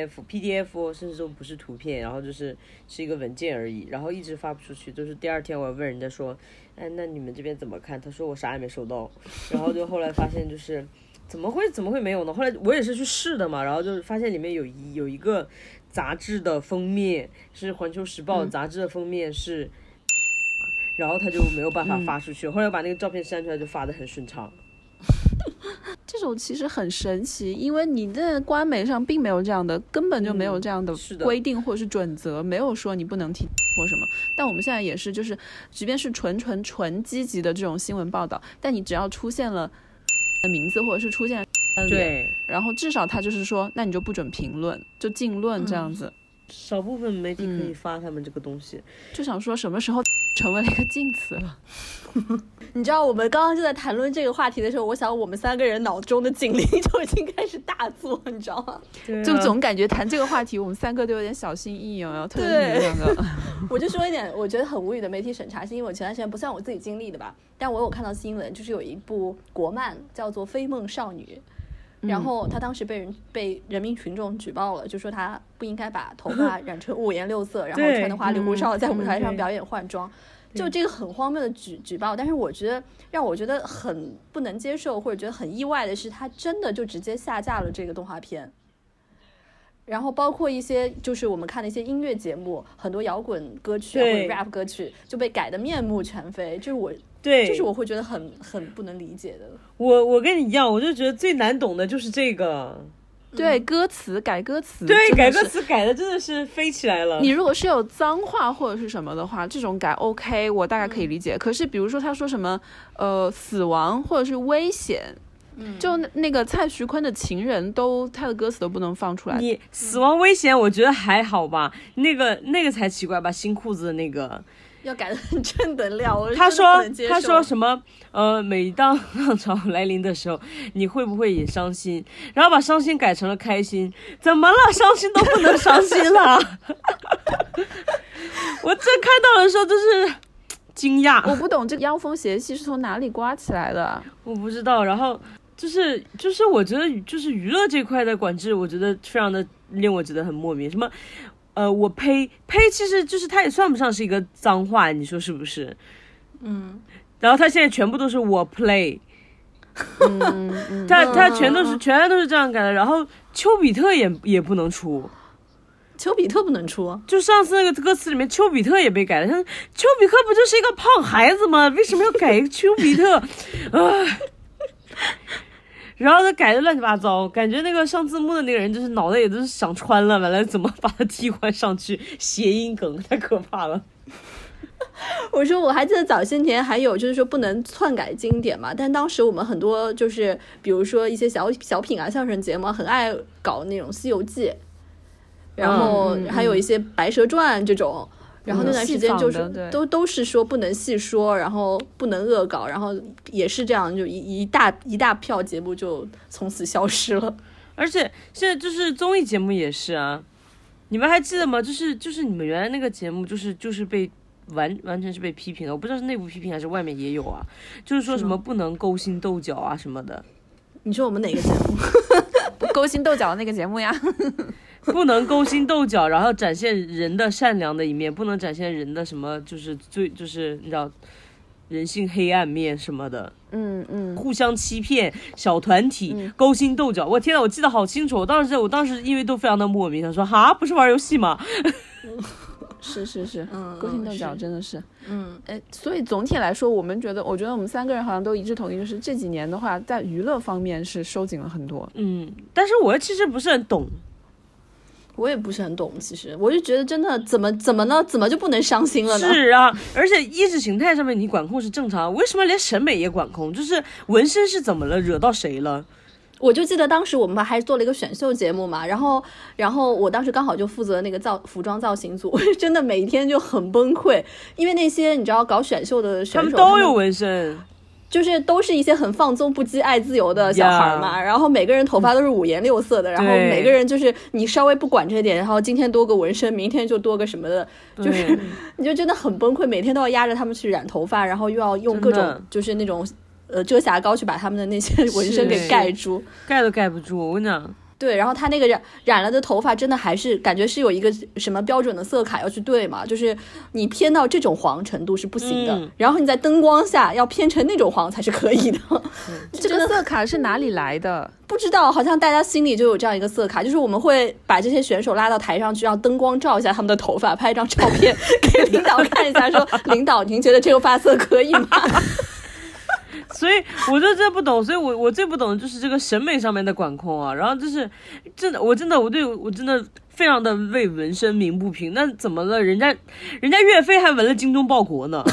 S2: PDF 甚至都不是图片，然后是一个文件而已，然后一直发不出去，就是第2天我要问人家说，那你们这边怎么看？他说我啥也没收到，然后就后来发现就是怎么会没有呢？后来我也是去试的嘛，然后就发现里面有一个杂志的封面是环球时报杂志的封面是，然后他就没有办法发出去，后来把那个照片删出来就发得很顺畅。
S3: 这种其实很神奇，因为你在官媒上并没有这样的，根本就没有这样的规定或者是准则，没有说你不能提或什么。但我们现在也是，就是即便是纯积极的这种新闻报道，但你只要出现了名字或者是出现
S2: 对，
S3: 然后至少他就是说，那你就不准评论，就禁论这样子。
S2: 少部分媒体可以发他们这个东西，
S3: 就想说什么时候成为了一个禁词了。
S1: 你知道我们刚刚就在谈论这个话题的时候，我想我们3个人脑中的警铃就已经开始大作，你知道吗？
S3: 就总感觉谈这个话题我们3个都有点小心翼翼哦，特别是你2个。
S1: 我就说一点我觉得很无语的媒体审查，是因为我前段时间不算我自己经历的吧，但我有看到新闻，就是有一部国漫叫做《飞梦少女》，然后他当时被人民群众举报了，就说他不应该把头发染成5颜6色，然后穿的花里胡哨在舞台上表演换装，就这个很荒谬的举报。但是我觉得让我觉得很不能接受或者觉得很意外的是，他真的就直接下架了这个动画片。然后包括一些就是我们看的一些音乐节目，很多摇滚歌曲或者 rap 歌曲就被改得面目全非，就是我会觉得很不能理解的。
S2: 我跟你一样，我就觉得最难懂的就是这个。
S3: 对，歌词改歌词，
S2: 对，改歌词改的真的是飞起来了。
S3: 你如果是有脏话或者是什么的话，这种改 OK， 我大概可以理解。可是比如说他说什么死亡或者是危险，就那个蔡徐坤的情人他的歌词都不能放出来。
S2: 你死亡危险我觉得还好吧，那个才奇怪吧，新裤子的那个
S1: 要改得很正能量。
S2: 他说什么每当浪潮来临的时候，你会不会也伤心？然后把伤心改成了开心，怎么了？伤心都不能伤心了？我这看到的时候就是惊讶。
S3: 我不懂这个妖风邪气是从哪里刮起来的，
S2: 我不知道。然后就是我觉得就是娱乐这块的管制，我觉得非常的令我觉得很莫名。什么我呸，其实就是它也算不上是一个脏话，你说是不是？然后他现在全部都是我 play。他全都是这样改的。然后丘比特也不能出。
S1: 丘比特不能出，
S2: 就上次那个歌词里面丘比特也被改了。丘比特不就是一个胖孩子吗？为什么要改丘比特？然后他改的乱七八糟，感觉那个上字幕的那个人就是脑袋也都是想穿了，完了怎么把他替换上去？谐音梗太可怕了。
S1: 我说我还记得早些年还有就是说不能篡改经典嘛，但当时我们很多就是比如说一些小品啊、相声节目很爱搞那种《西游记》，然后还有一些《白蛇传》这种，然后那段时间就是都是说不能细说，然后不能恶搞，然后也是这样，就一大票节目就从此消失了。
S2: 而且现在就是综艺节目也是啊，你们还记得吗？就是你们原来那个节目就是被完全是被批评的，我不知道是内部批评还是外面也有啊，就是说什么不能勾心斗角啊什么的。
S1: 你说我们哪个节目？
S3: 勾心斗角的那个节目呀。
S2: 不能勾心斗角，然后展现人的善良的一面，不能展现人的什么就是你知道人性黑暗面什么的。互相欺骗，小团体，勾心斗角。我天哪，我记得好清楚。我当时因为都非常的莫名，他说哈，不是玩游戏吗？
S3: 是，勾心斗角真的是，所以总体来说，我觉得我们3个人好像都一致同意，就是这几年的话，在娱乐方面是收紧了很多。
S2: 但是我其实不是很懂。
S1: 我也不是很懂，其实我就觉得真的怎么呢？怎么就不能伤心了呢？
S2: 是啊，而且意识形态上面你管控是正常，为什么连审美也管控？就是纹身是怎么了？惹到谁了？
S1: 我就记得当时我们还做了一个选秀节目嘛，然后我当时刚好就负责那个服装造型组，真的每天就很崩溃，因为那些你知道搞选秀的选手
S2: 他们都有纹身。
S1: 就是都是一些很放纵不羁爱自由的小孩嘛，然后每个人头发都是五颜六色的，然后每个人就是你稍微不管这点，然后今天多个纹身，明天就多个什么的，就是你就真的很崩溃，每天都要压着他们去染头发，然后又要用各种就是那种遮瑕膏去把他们的那些纹身给盖住，
S2: 盖都盖不住，我跟你讲。
S1: 对，然后他那个染了的头发真的还是感觉是有一个什么标准的色卡要去对嘛，就是你偏到这种黄程度是不行的，然后你在灯光下要偏成那种黄才是可以的。
S3: 这个色卡是哪里来的？
S1: 不知道，好像大家心里就有这样一个色卡，就是我们会把这些选手拉到台上去，让灯光照一下他们的头发，拍一张照片给领导看一下，说领导您觉得这个发色可以吗？
S2: 所以我就真不懂，所以我最不懂的就是这个审美上面的管控啊。然后就是真的，我真的非常的为纹身鸣不平。那怎么了？人家岳飞还纹了精忠报国呢。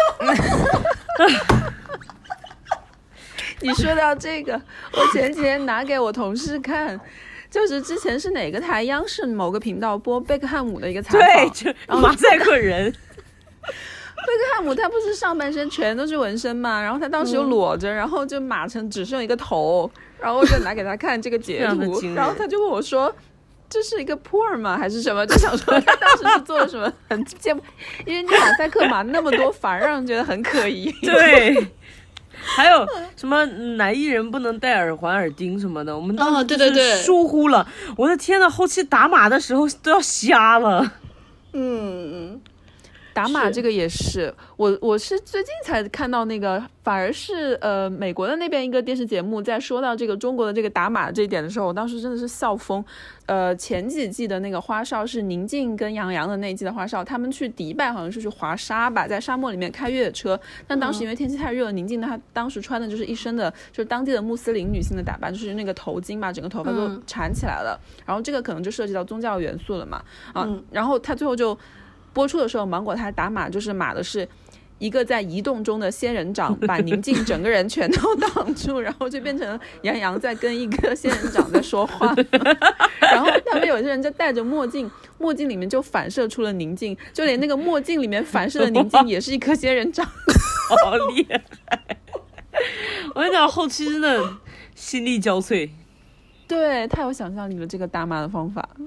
S3: 你说到这个，我前几天拿给我同事看，就是之前是哪个台，央视某个频道播贝克汉姆的一个采访，
S2: 对，然后马赛克人。
S3: 贝克汉姆他不是上半身全都是纹身嘛，然后他当时就裸着，然后就码成只剩一个头，然后我就拿给他看这个截图，然后他就问我说这是一个 porn 吗还是什么，就想说他当时是做了什么很见，因为你马赛克码那么多反而让人觉得很可疑。
S2: 对，还有什么男艺人不能戴耳环耳钉什么的，我们当时就是疏忽了。我的天呐，后期打码的时候都要瞎了。
S3: 打码这个也是，我是最近才看到那个，反而是美国的那边一个电视节目在说到这个中国的这个打码这一点的时候，我当时真的是笑疯。前几季的那个花少是宁静跟杨洋的那一季的花少，他们去迪拜好像是去滑沙吧，在沙漠里面开越野车，但当时因为天气太热，宁静她当时穿的就是一身的就是当地的穆斯林女性的打扮，就是那个头巾吧，整个头发都缠起来了，然后这个可能就涉及到宗教元素了嘛，然后他最后就播出的时候，芒果台打码就是码的是一个在移动中的仙人掌，把宁静整个人全都挡住，然后就变成杨洋在跟一个仙人掌在说话。然后他们有些人就戴着墨镜，墨镜里面就反射出了宁静，就连那个墨镜里面反射的宁静也是一颗仙人掌。
S2: 好厉害！我跟你讲，后期真的心力交瘁。
S3: 对，太有想象力了，这个打码的方法。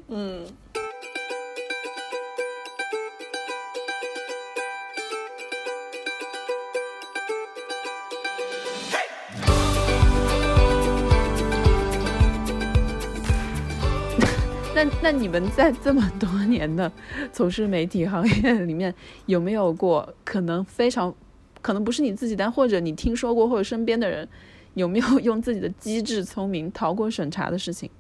S3: 那你们在这么多年的从事媒体行业里面，有没有过可能不是你自己，但或者你听说过或者身边的人有没有用自己的机智聪明逃过审查的事情？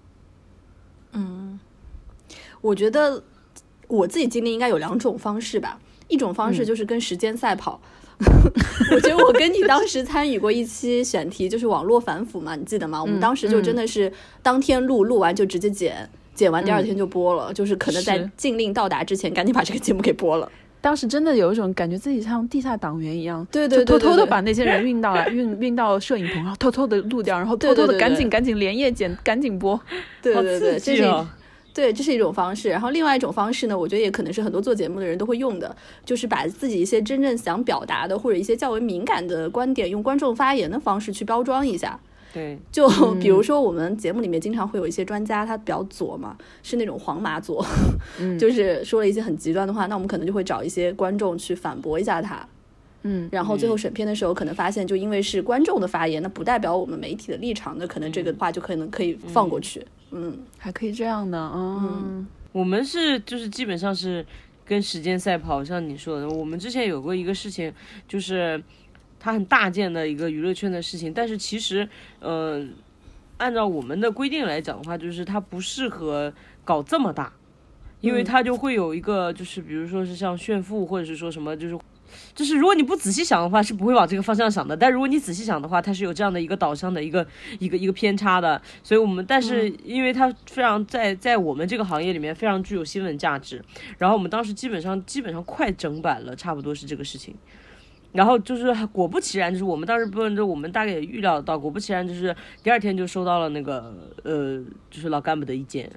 S1: 我觉得我自己经历应该有2种方式吧。一种方式就是跟时间赛跑。我觉得我跟你当时参与过一期选题，就是网络反腐嘛，你记得吗？我们当时就真的是当天录完就直接剪完第2天就播了，就是可能在禁令到达之前赶紧把这个节目给播了。
S3: 当时真的有一种感觉自己像地下党员一样，
S1: 对，
S3: 就偷偷的把那些人运到摄影棚，然后偷偷的录掉，然后偷偷的赶紧连夜剪，赶紧播。
S1: 对，这是一种方式。然后另外一种方式呢，我觉得也可能是很多做节目的人都会用的，就是把自己一些真正想表达的或者一些较为敏感的观点，用观众发言的方式去包装一下。
S2: 对，
S1: 就比如说我们节目里面经常会有一些专家，他比较左嘛，是那种黄马左，就是说了一些很极端的话，那我们可能就会找一些观众去反驳一下他。然后最后审片的时候可能发现，就因为是观众的发言，那不代表我们媒体的立场，那可能这个话就可能可以放过去。
S3: 还可以这样的。
S2: 我们是就是基本上是跟时间赛跑，像你说的，我们之前有过一个事情，就是它很大件的一个娱乐圈的事情，但是其实按照我们的规定来讲的话，就是它不适合搞这么大，因为它就会有一个就是比如说是像炫富，或者是说什么就是如果你不仔细想的话是不会往这个方向想的，但如果你仔细想的话，它是有这样的一个导向的一个偏差的。所以我们但是因为它非常在我们这个行业里面非常具有新闻价值，然后我们当时基本上快整版了，差不多是这个事情。然后就是果不其然，就是我们当时我们大概也预料到，果不其然就是第2天就收到了那个就是老干部的意见。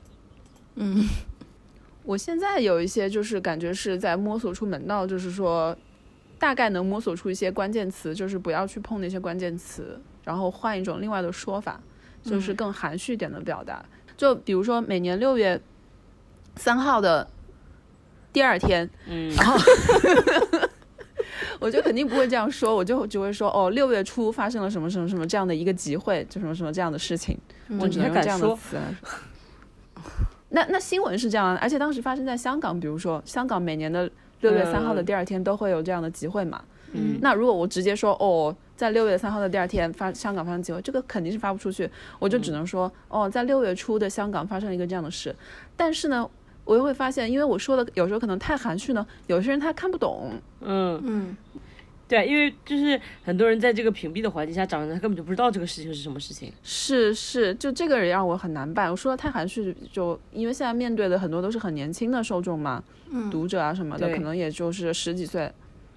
S3: 我现在有一些就是感觉是在摸索出门道，就是说大概能摸索出一些关键词，就是不要去碰那些关键词，然后换一种另外的说法，就是更含蓄一点的表达。就比如说每年6月3号的第2天，然后我就肯定不会这样说，我就只会说6月初发生了什么什么什么这样的一个集会，就什么什么这样的事情，我只能用这样的词来说。那新闻是这样，而且当时发生在香港，比如说香港每年的6月3号的第2天都会有这样的集会嘛。那如果我直接说在6月3号的第2天香港发生集会，这个肯定是发不出去，我就只能说在6月初的香港发生了一个这样的事。但是呢，我又会发现，因为我说的有时候可能太含蓄呢，有些人他看不懂。
S2: 对，因为就是很多人在这个屏蔽的环境下长大，他根本就不知道这个事情是什么事情。
S3: 是，就这个人让我很难办。我说的太含蓄，就因为现在面对的很多都是很年轻的受众嘛，读者啊什么的，可能也就是10几岁。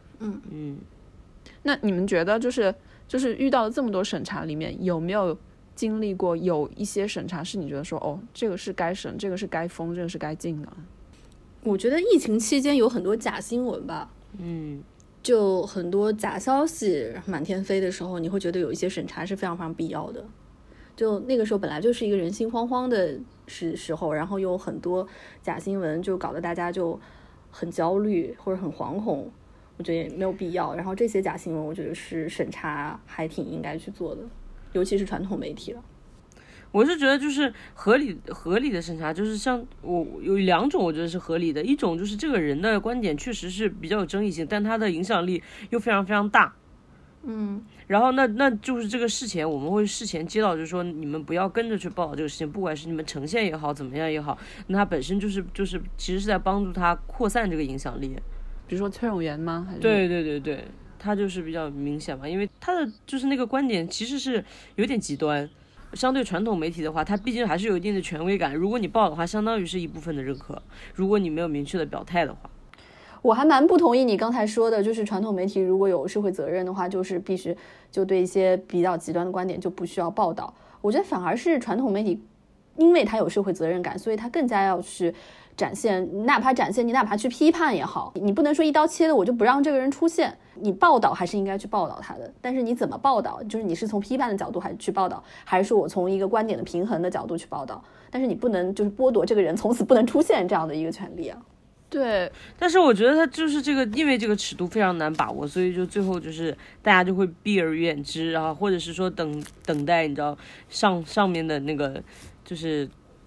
S3: 那你们觉得就是遇到了这么多审查里面，有没有经历过有一些审查是你觉得说这个是该审，这个是该封，这个是该禁的？
S1: 我觉得疫情期间有很多假新闻吧。就很多假消息满天飞的时候，你会觉得有一些审查是非常非常必要的。就那个时候本来就是一个人心惶惶的时候，然后有很多假新闻，就搞得大家就很焦虑或者很惶恐，我觉得也没有必要。然后这些假新闻我觉得是审查还挺应该去做的，尤其是传统媒体了。
S2: 我是觉得就是合理的审查，就是像我有2种我觉得是合理的，一种就是这个人的观点确实是比较有争议性，但他的影响力又非常非常大。然后那就是这个事前我们会事前接到，就是说你们不要跟着去报道这个事情，不管是你们呈现也好怎么样也好，那他本身就是其实是在帮助他扩散这个影响力。
S3: 比如说崔永元吗？还是
S2: 对，他就是比较明显嘛，因为他的就是那个观点其实是有点极端。相对传统媒体的话，它毕竟还是有一定的权威感，如果你报的话相当于是一部分的认可，如果你没有明确的表态的话。
S1: 我还蛮不同意你刚才说的，就是传统媒体如果有社会责任的话，就是必须就对一些比较极端的观点就不需要报道。我觉得反而是传统媒体因为它有社会责任感，所以它更加要去展现，你哪怕去批判也好，你不能说一刀切的我就不让这个人出现，你报道还是应该去报道他的，但是你怎么报道，就是你是从批判的角度还是去报道，还是说我从一个观点的平衡的角度去报道，但是你不能就是剥夺这个人从此不能出现这样的一个权利啊。
S3: 对，
S2: 但是我觉得他就是这个，因为这个尺度非常难把握，所以就最后就是大家就会避而远之啊，或者是说等待，你知道上面的那个就是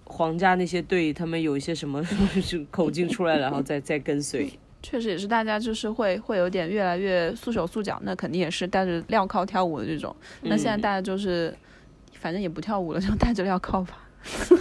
S2: 皇家那些队他们有一些什么口径出来了，然后再跟随。
S3: 确实也是，大家就是会有点越来越束手束脚，那肯定也是带着镣铐跳舞的这种。那现在大家就是反正也不跳舞了，就带着镣铐吧。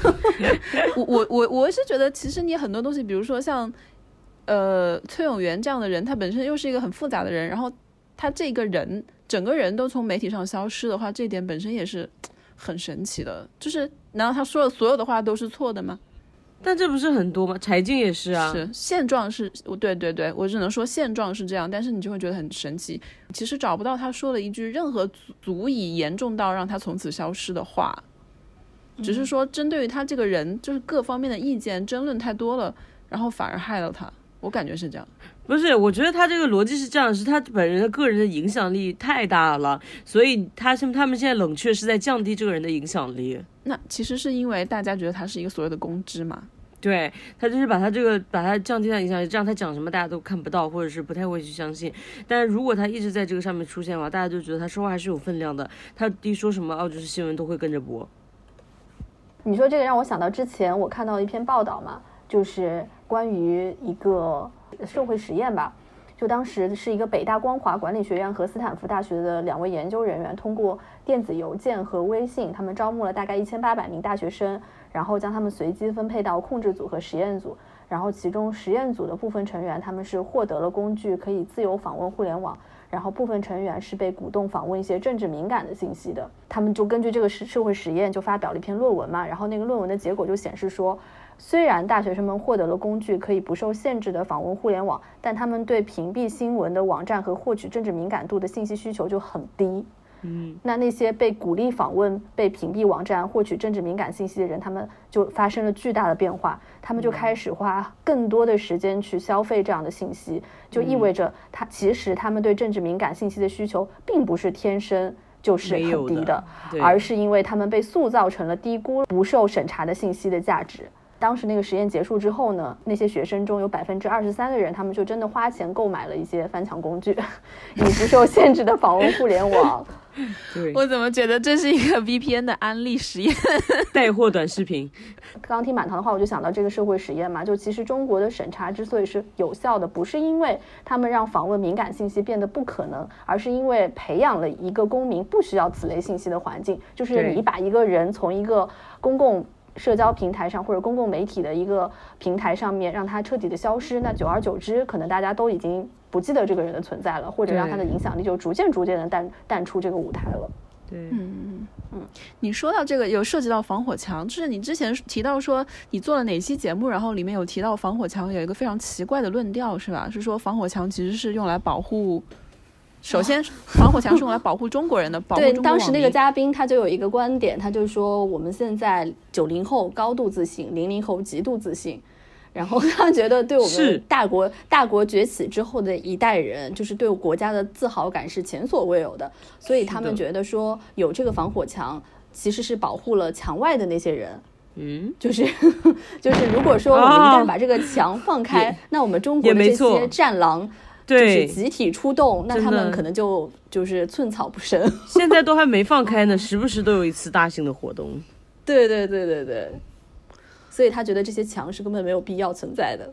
S3: 我是觉得其实你很多东西，比如说像崔永元这样的人，他本身又是一个很复杂的人，然后他这个人整个人都从媒体上消失的话，这点本身也是很神奇的。就是难道他说的所有的话都是错的吗？
S2: 但这不是很多吗？柴静也是啊。
S3: 是现状是，对，我只能说现状是这样，但是你就会觉得很神奇。其实找不到他说了一句任何足以严重到让他从此消失的话，只是说针对于他这个人，就是各方面的意见争论太多了，然后反而害了他。我感觉是这样。
S2: 不是，我觉得他这个逻辑是这样，是他本人的个人的影响力太大了，所以他们现在冷却是在降低这个人的影响力。
S3: 那其实是因为大家觉得他是一个所谓的公知嘛。
S2: 对，他就是把他降低他影响力，这样他讲什么大家都看不到，或者是不太会去相信。但是如果他一直在这个上面出现的话，大家就觉得他说话还是有分量的，他一说什么就是新闻都会跟着播。
S1: 你说这个让我想到之前我看到一篇报道嘛，就是关于一个社会实验吧，就当时是一个北大光华管理学院和斯坦福大学的2位研究人员，通过电子邮件和微信，他们招募了大概1800名大学生，然后将他们随机分配到控制组和实验组，然后其中实验组的部分成员他们是获得了工具可以自由访问互联网，然后部分成员是被鼓动访问一些政治敏感的信息的。他们就根据这个社会实验就发表了一篇论文嘛，然后那个论文的结果就显示说，虽然大学生们获得了工具可以不受限制的访问互联网，但他们对屏蔽新闻的网站和获取政治敏感度的信息需求就很低。那些被鼓励访问被屏蔽网站获取政治敏感信息的人，他们就发生了巨大的变化，他们就开始花更多的时间去消费这样的信息，就意味着其实他们对政治敏感信息的需求并不是天生就是很低的，而是因为他们被塑造成了低估不受审查的信息的价值。当时那个实验结束之后呢，那些学生中有23%的人，他们就真的花钱购买了一些翻墙工具，以不受限制的访问互联网。
S3: 我怎么觉得这是一个 VPN 的安利实验？
S2: 带货短视频。
S1: 刚听满堂的话，我就想到这个社会实验嘛，就其实中国的审查之所以是有效的，不是因为他们让访问敏感信息变得不可能，而是因为培养了一个公民不需要此类信息的环境，就是你把一个人从一个公共社交平台上或者公共媒体的一个平台上面让他彻底的消失，那久而久之可能大家都已经不记得这个人的存在了，或者让他的影响力就逐渐的淡出这个舞台了。
S2: 对，
S3: 你说到这个有涉及到防火墙，就是你之前提到说你做了哪期节目，然后里面有提到防火墙有一个非常奇怪的论调，是吧？是说防火墙其实是用来保护，首先防火墙是用来保护中国人的，保护中国网民。
S1: 对，当时那个嘉宾他就有一个观点，他就说我们现在90后高度自信，00后极度自信，然后他觉得对我们大国崛起之后的一代人，就是对国家的自豪感是前所未有的，所以他们觉得说有这个防火墙其实是保护了墙外的那些人。就是如果说我们一旦把这个墙放开，那我们中国的这些战狼就是集体出动，那他们可能就是寸草不生。
S2: 现在都还没放开呢，时不时都有一次大型的活动。
S1: 对，所以他觉得这些墙是根本没有必要存在的。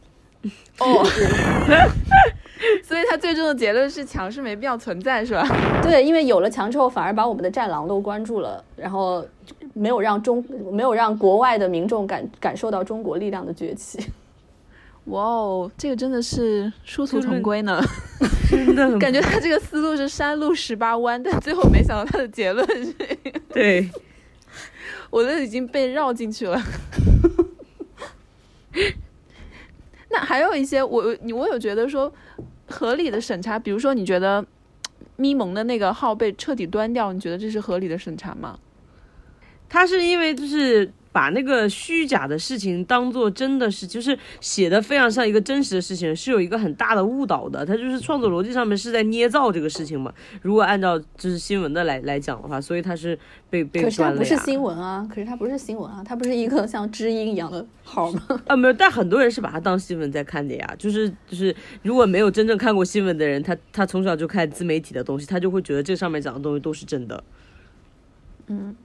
S3: 所以他最终的结论是墙是没必要存在，是吧？
S1: 对，因为有了墙之后，反而把我们的战狼都关注了，然后没有让国外的民众感受到中国力量的崛起。
S3: 哇哦，这个真的是殊途同归呢，
S2: 真的
S3: 感觉他这个思路是山路18弯，但最后没想到他的结论是
S2: 对，
S3: 我都已经被绕进去了。那还有一些我有觉得说合理的审查，比如说你觉得咪蒙的那个号被彻底端掉，你觉得这是合理的审查吗？
S2: 他是因为就是把那个虚假的事情当做真的是，就是写的非常像一个真实的事情，是有一个很大的误导的。他就是创作逻辑上面是在捏造这个事情嘛。如果按照就是新闻的来讲的话，所以他是被
S1: 可是他不是新闻啊，他不是一个像知音一样的号吗？
S2: 没有，但很多人是把它当新闻在看的呀。就是如果没有真正看过新闻的人，他从小就看自媒体的东西，他就会觉得这上面讲的东西都是真的。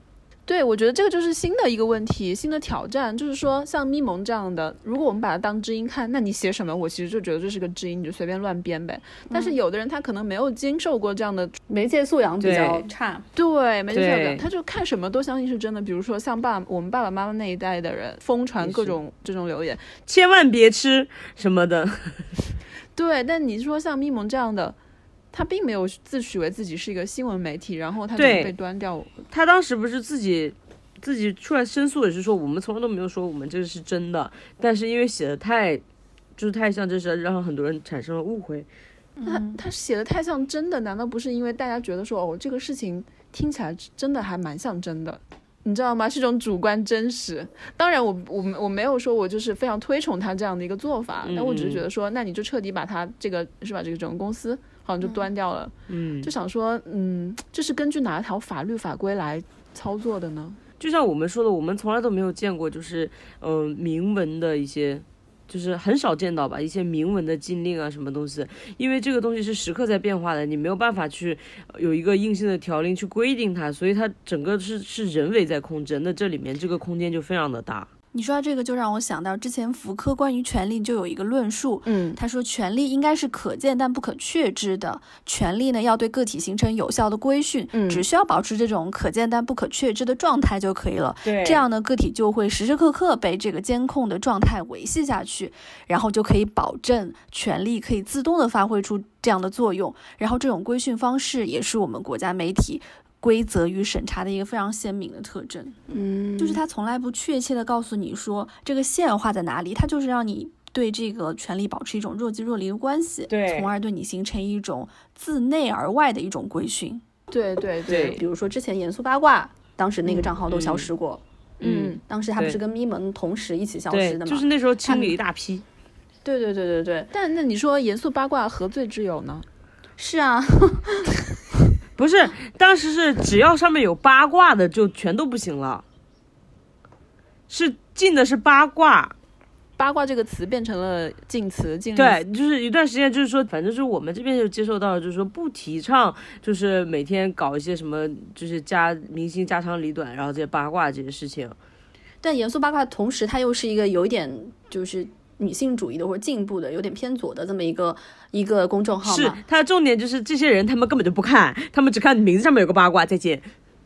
S3: 对，我觉得这个就是新的一个问题，新的挑战，就是说像咪蒙这样的，如果我们把它当知音看，那你写什么，我其实就觉得这是个知音，你就随便乱编呗。但是有的人他可能没有经受过这样的
S1: 媒介素养比较差，
S3: 对，媒介素养，他就看什么都相信是真的。比如说像我们爸爸妈妈那一代的人，疯传各种这种留言，
S2: 千万别吃什么的。
S3: 对，但你说像咪蒙这样的。他并没有自诩为自己是一个新闻媒体，然后他就被端掉。
S2: 他当时不是自己出来申诉，也是说我们从来都没有说我们这个是真的，但是因为写的太像真实，让很多人产生了误会。
S3: 他写的太像真的，难道不是因为大家觉得说这个事情听起来真的还蛮像真的？你知道吗？是一种主观真实。当然我没有说我就是非常推崇他这样的一个做法，但我只是觉得说，那你就彻底把他这个整个公司好像就端掉了。就想说这是根据哪一条法律法规来操作的呢？
S2: 就像我们说的，我们从来都没有见过就是明文的一些，就是很少见到吧，一些明文的禁令啊什么东西，因为这个东西是时刻在变化的，你没有办法去有一个硬性的条令去规定它，所以它整个是人为在控制，那这里面这个空间就非常的大。
S1: 你说到这个就让我想到之前福柯关于权力就有一个论述，他说权力应该是可见但不可确知的，权力呢要对个体形成有效的规训，只需要保持这种可见但不可确知的状态就可以了。这样呢个体就会时时刻刻被这个监控的状态维系下去，然后就可以保证权力可以自动的发挥出这样的作用。然后这种规训方式也是我们国家媒体规则与审查的一个非常鲜明的特征。就是他从来不确切的告诉你说这个线画在哪里，他就是让你对这个权力保持一种若即若离的关系，从而对你形成一种自内而外的一种规训。
S3: 对，
S1: 比如说之前严肃八卦当时那个账号都消失过，当时他不是跟咪蒙同时一起消失的吗？
S2: 就是那时候清理一大批。
S1: 对。
S3: 但那你说严肃八卦何罪之有呢？
S1: 是啊。
S2: 不是，当时是只要上面有八卦的就全都不行了，是禁的是八卦。
S3: 八卦这个词变成了禁词，
S2: 对，就是一段时间就是说，反正就是我们这边就接受到，就是说不提倡，就是每天搞一些什么，就是明星家长里短，然后这些八卦这些事情。
S1: 但严肃八卦同时，它又是一个有一点就是女性主义的或者进步的有点偏左的这么一个公众号嘛。
S2: 是，它的重点就是这些人他们根本就不看，他们只看名字上面有个八卦，再见。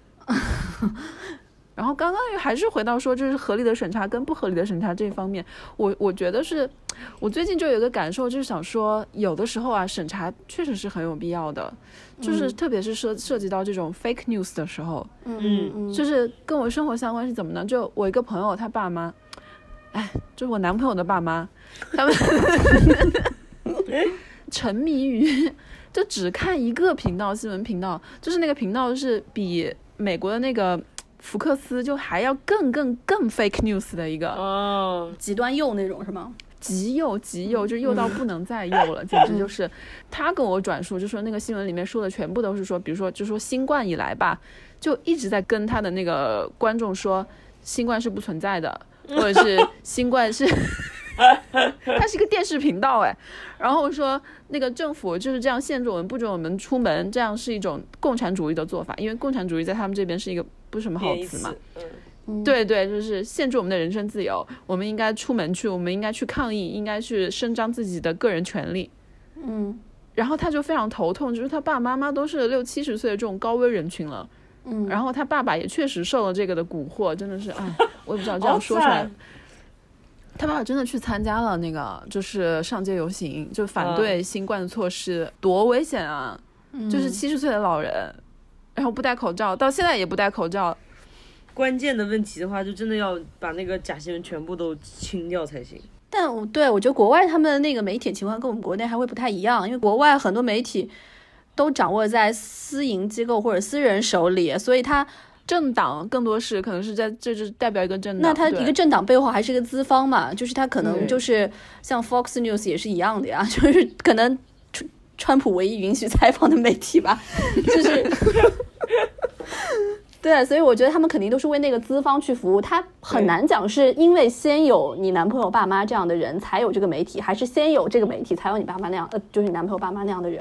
S3: 然后刚刚还是回到说就是合理的审查跟不合理的审查这一方面，我觉得是我最近就有一个感受，就是想说有的时候啊审查确实是很有必要的，就是特别是涉及到这种 fake news 的时候，就是跟我生活相关是怎么呢？就我一个朋友他爸妈，就是我男朋友的爸妈，他们沉迷于就只看一个频道，新闻频道，就是那个频道是比美国的那个福克斯就还要更 fake news 的一个
S1: 极端右那种是吗？
S3: 极右，就右到不能再右了，简直就是他跟我转述，就说那个新闻里面说的全部都是说，比如说就说新冠以来吧，就一直在跟他的那个观众说新冠是不存在的，或者是新冠是它是一个电视频道然后说那个政府就是这样限制我们，不准我们出门，这样是一种共产主义的做法，因为共产主义在他们这边是一个不是什么好词嘛。对，就是限制我们的人身自由，我们应该出门去，我们应该去抗议，应该去伸张自己的个人权利。然后他就非常头痛，就是他爸爸妈妈都是60-70岁的这种高危人群了，然后他爸爸也确实受了这个的蛊惑，真的是我也不知道这样说出来。他爸爸真的去参加了那个就是上街游行，就反对新冠的措施，多危险啊！就是70岁的老人，然后不戴口罩，到现在也不戴口罩。
S2: 关键的问题的话，就真的要把那个假新闻全部都清掉才行。
S1: 但我觉得国外他们的那个媒体情况跟我们国内还会不太一样，因为国外很多媒体都掌握在私营机构或者私人手里，所以他
S3: 政党更多是可能是在这就代表一个政党，
S1: 那他一个政党背后还是一个资方嘛，就是他可能就是像 Fox News 也是一样的呀，就是可能川普唯一允许采访的媒体吧，就是对，所以我觉得他们肯定都是为那个资方去服务，他很难讲是因为先有你男朋友爸妈这样的人才有这个媒体，还是先有这个媒体才有你爸妈那样就是你男朋友爸妈那样的人。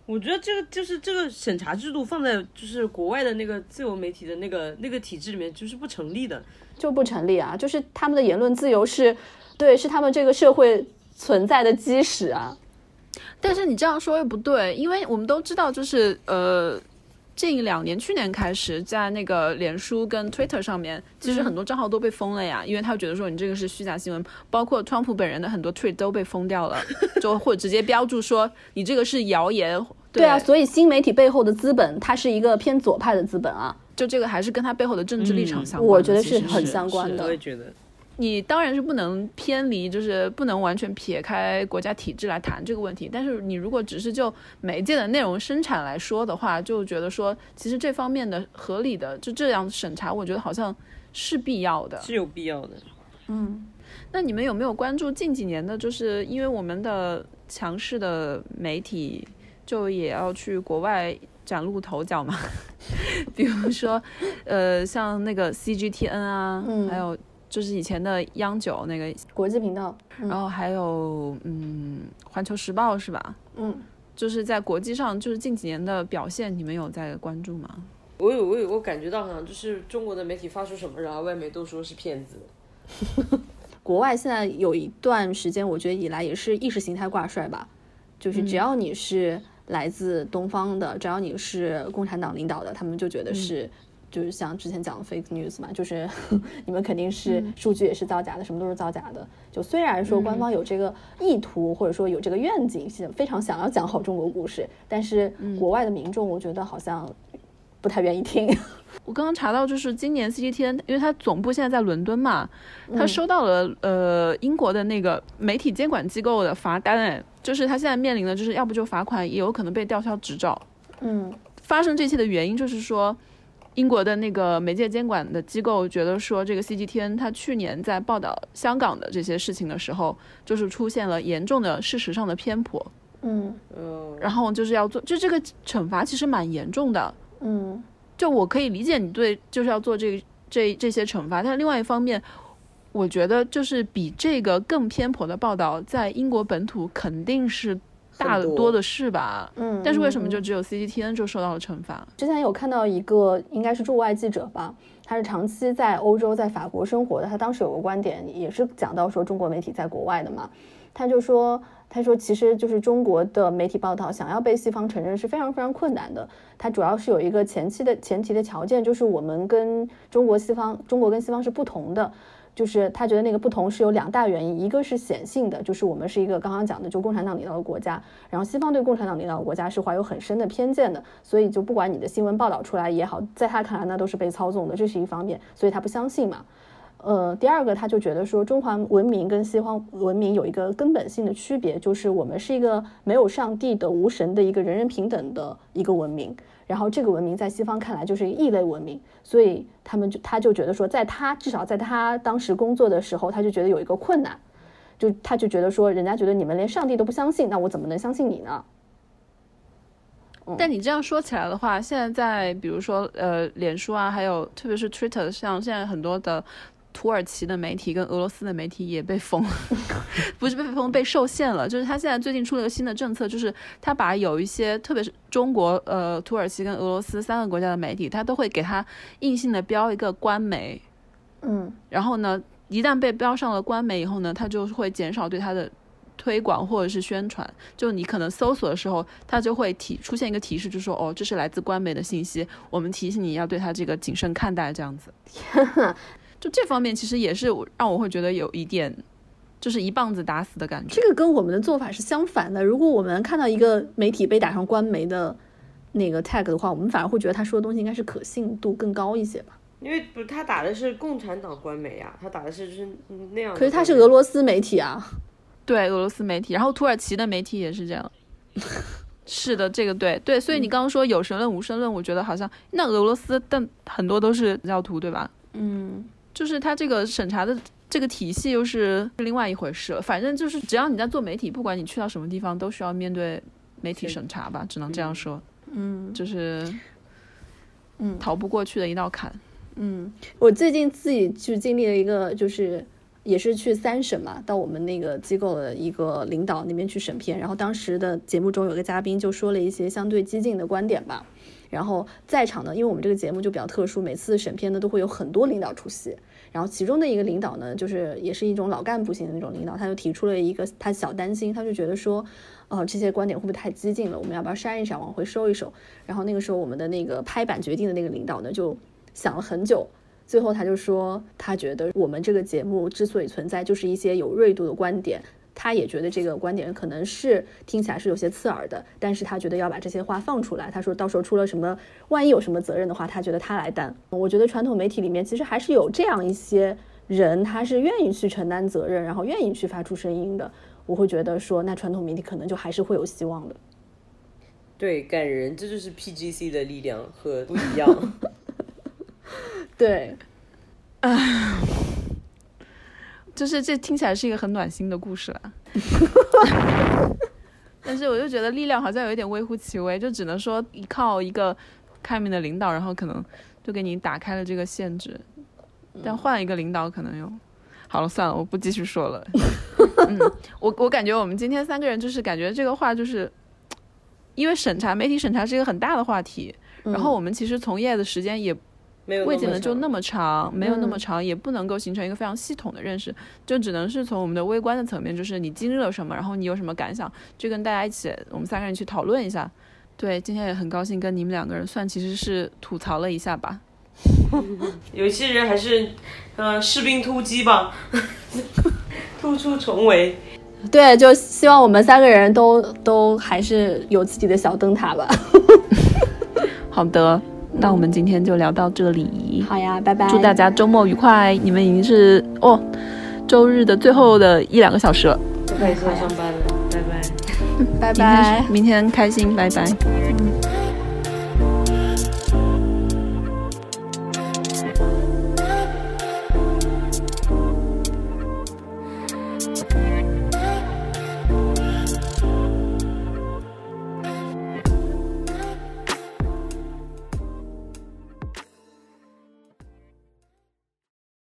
S2: 我觉得这个就是这个审查制度放在就是国外的那个自由媒体的那个体制里面就是不成立的，
S1: 就不成立啊！就是他们的言论自由是他们这个社会存在的基石啊。
S3: 但是你这样说又不对，因为我们都知道，就是近2年，去年开始，在那个脸书跟 Twitter 上面，其实很多账号都被封了呀，因为他觉得说你这个是虚假新闻，包括川普本人的很多 tweet 都被封掉了，就或者直接标注说你这个是谣言。
S1: 对啊，所以新媒体背后的资本，它是一个偏左派的资本啊，
S3: 就这个还是跟他背后的政治立场相关的，
S1: 我觉得是很相关的。
S2: 我也觉得。
S3: 你当然是不能偏离，就是不能完全撇开国家体制来谈这个问题，但是你如果只是就媒介的内容生产来说的话，就觉得说其实这方面的合理的就这样审查，我觉得好像是必要的，
S2: 是有必要的。
S3: 那你们有没有关注近几年的，就是因为我们的强势的媒体就也要去国外崭露头角嘛比如说像那个 CGTN 啊，还有就是以前的央九那个
S1: 国际频道，
S3: 然后还有环球时报是吧？就是在国际上就是近几年的表现，你们有在关注吗？
S2: 我感觉到好像就是中国的媒体发出什么，然后外媒都说是骗子。
S1: 国外现在有一段时间，我觉得以来也是意识形态挂帅吧，就是只要你是来自东方的，只要你是共产党领导的，他们就觉得是。就是像之前讲的 fake news 嘛，就是你们肯定是数据也是造假的，什么都是造假的。就虽然说官方有这个意图，或者说有这个愿景，非常想要讲好中国故事，但是国外的民众我觉得好像不太愿意听。
S3: 我刚刚查到，就是今年 CGTN， 因为它总部现在在伦敦嘛，它收到了英国的那个媒体监管机构的罚单，就是它现在面临的就是要不就罚款，也有可能被吊销执照。发生这些的原因就是说。英国的那个媒介监管的机构觉得说，这个 CGTN 它去年在报道香港的这些事情的时候，就是出现了严重的事实上的偏颇。然后就是要做，就这个惩罚其实蛮严重的。就我可以理解你对就是要做这些惩罚，但另外一方面，我觉得就是比这个更偏颇的报道，在英国本土肯定是。大的多的是吧？但是为什么就只有 CGTN 就受到了惩罚？
S1: 之前有看到一个应该是驻外记者吧，他是长期在欧洲在法国生活的，他当时有个观点也是讲到说中国媒体在国外的嘛，他说其实就是中国的媒体报道想要被西方承认是非常非常困难的，它主要是有一个前提的条件，就是我们跟中国跟西方是不同的。就是他觉得那个不同是有2大原因，一个是显性的，就是我们是一个刚刚讲的就共产党领导的国家，然后西方对共产党领导的国家是怀有很深的偏见的，所以就不管你的新闻报道出来也好，在他看来那都是被操纵的，这是一方面，所以他不相信嘛。第二个他就觉得说中华文明跟西方文明有一个根本性的区别，就是我们是一个没有上帝的无神的一个人人平等的一个文明，然后这个文明在西方看来就是一个异类文明，所以他就觉得说至少在他当时工作的时候，他就觉得有一个困难，他就觉得说人家觉得你们连上帝都不相信，那我怎么能相信你呢？
S3: 但你这样说起来的话，现在比如说脸书啊，还有特别是 Twitter， 像现在很多的土耳其的媒体跟俄罗斯的媒体也被封不是被封，被受限了。就是他现在最近出了个新的政策，就是他把有一些特别是中国土耳其跟俄罗斯3个国家的媒体，他都会给他硬性的标一个官媒。然后呢一旦被标上了官媒以后呢，他就会减少对他的推广或者是宣传，就你可能搜索的时候，它就会出现一个提示，就说这是来自官媒的信息，我们提醒你要对它这个谨慎看待，这样子。就这方面其实也是让我会觉得有一点就是一棒子打死的感觉。
S1: 这个跟我们的做法是相反的，如果我们看到一个媒体被打上官媒的那个 tag 的话，我们反而会觉得他说的东西应该是可信度更高一些吧。
S2: 因为不是他打的是共产党官媒啊，他打的是就是那样的。
S1: 可是他是俄罗斯媒体啊。
S3: 对，俄罗斯媒体，然后土耳其的媒体也是这样。是的，这个对，所以你刚刚说有神论无神论，我觉得好像那俄罗斯但很多都是教徒，对吧？就是他这个审查的这个体系又是另外一回事了。反正就是只要你在做媒体，不管你去到什么地方，都需要面对媒体审查吧，只能这样说。就是逃不过去的一道坎。
S1: 我最近自己就经历了一个就是也是去3审嘛，到我们那个机构的一个领导那边去审片，然后当时的节目中有个嘉宾就说了一些相对激进的观点吧，然后在场呢，因为我们这个节目就比较特殊，每次审片呢都会有很多领导出席，然后其中的一个领导呢，就是也是一种老干部型的那种领导，他就提出了一个他小担心，他就觉得说这些观点会不会太激进了，我们要不要删一删，往回收一收。然后那个时候我们的那个拍板决定的那个领导呢就想了很久，最后他就说他觉得我们这个节目之所以存在，就是一些有锐度的观点，他也觉得这个观点可能是听起来是有些刺耳的，但是他觉得要把这些话放出来，他说到时候出了什么万一有什么责任的话，他觉得他来担。我觉得传统媒体里面其实还是有这样一些人，他是愿意去承担责任，然后愿意去发出声音的，我会觉得说那传统媒体可能就还是会有希望的。
S2: 对，感人，这就是 PGC 的力量和不一样。
S1: 对，
S3: 就是这听起来是一个很暖心的故事了。但是我就觉得力量好像有一点微乎其微，就只能说依靠一个开明的领导，然后可能就给你打开了这个限制，但换一个领导可能又好了，算了，我不继续说了。我感觉我们今天3个人就是感觉这个话就是因为媒体审查是一个很大的话题，然后我们其实从业的时间也未见得就那么长，没有那么长，也不能够形成一个非常系统的认识，就只能是从我们的微观的层面，就是你经历了什么，然后你有什么感想，就跟大家一起我们3个人去讨论一下。对，今天也很高兴跟你们2个人算其实是吐槽了一下吧。
S2: 有些人还是士兵突击吧。突出重围。
S1: 对，就希望我们3个人都还是有自己的小灯塔吧。
S3: 好的，那我们今天就聊到这里。
S1: 好呀，拜拜。
S3: 祝大家周末愉快。你们已经是周日的最后的1-2个小时了。
S2: 快上班了，拜拜。
S1: 拜拜。
S3: 明天开心，拜拜。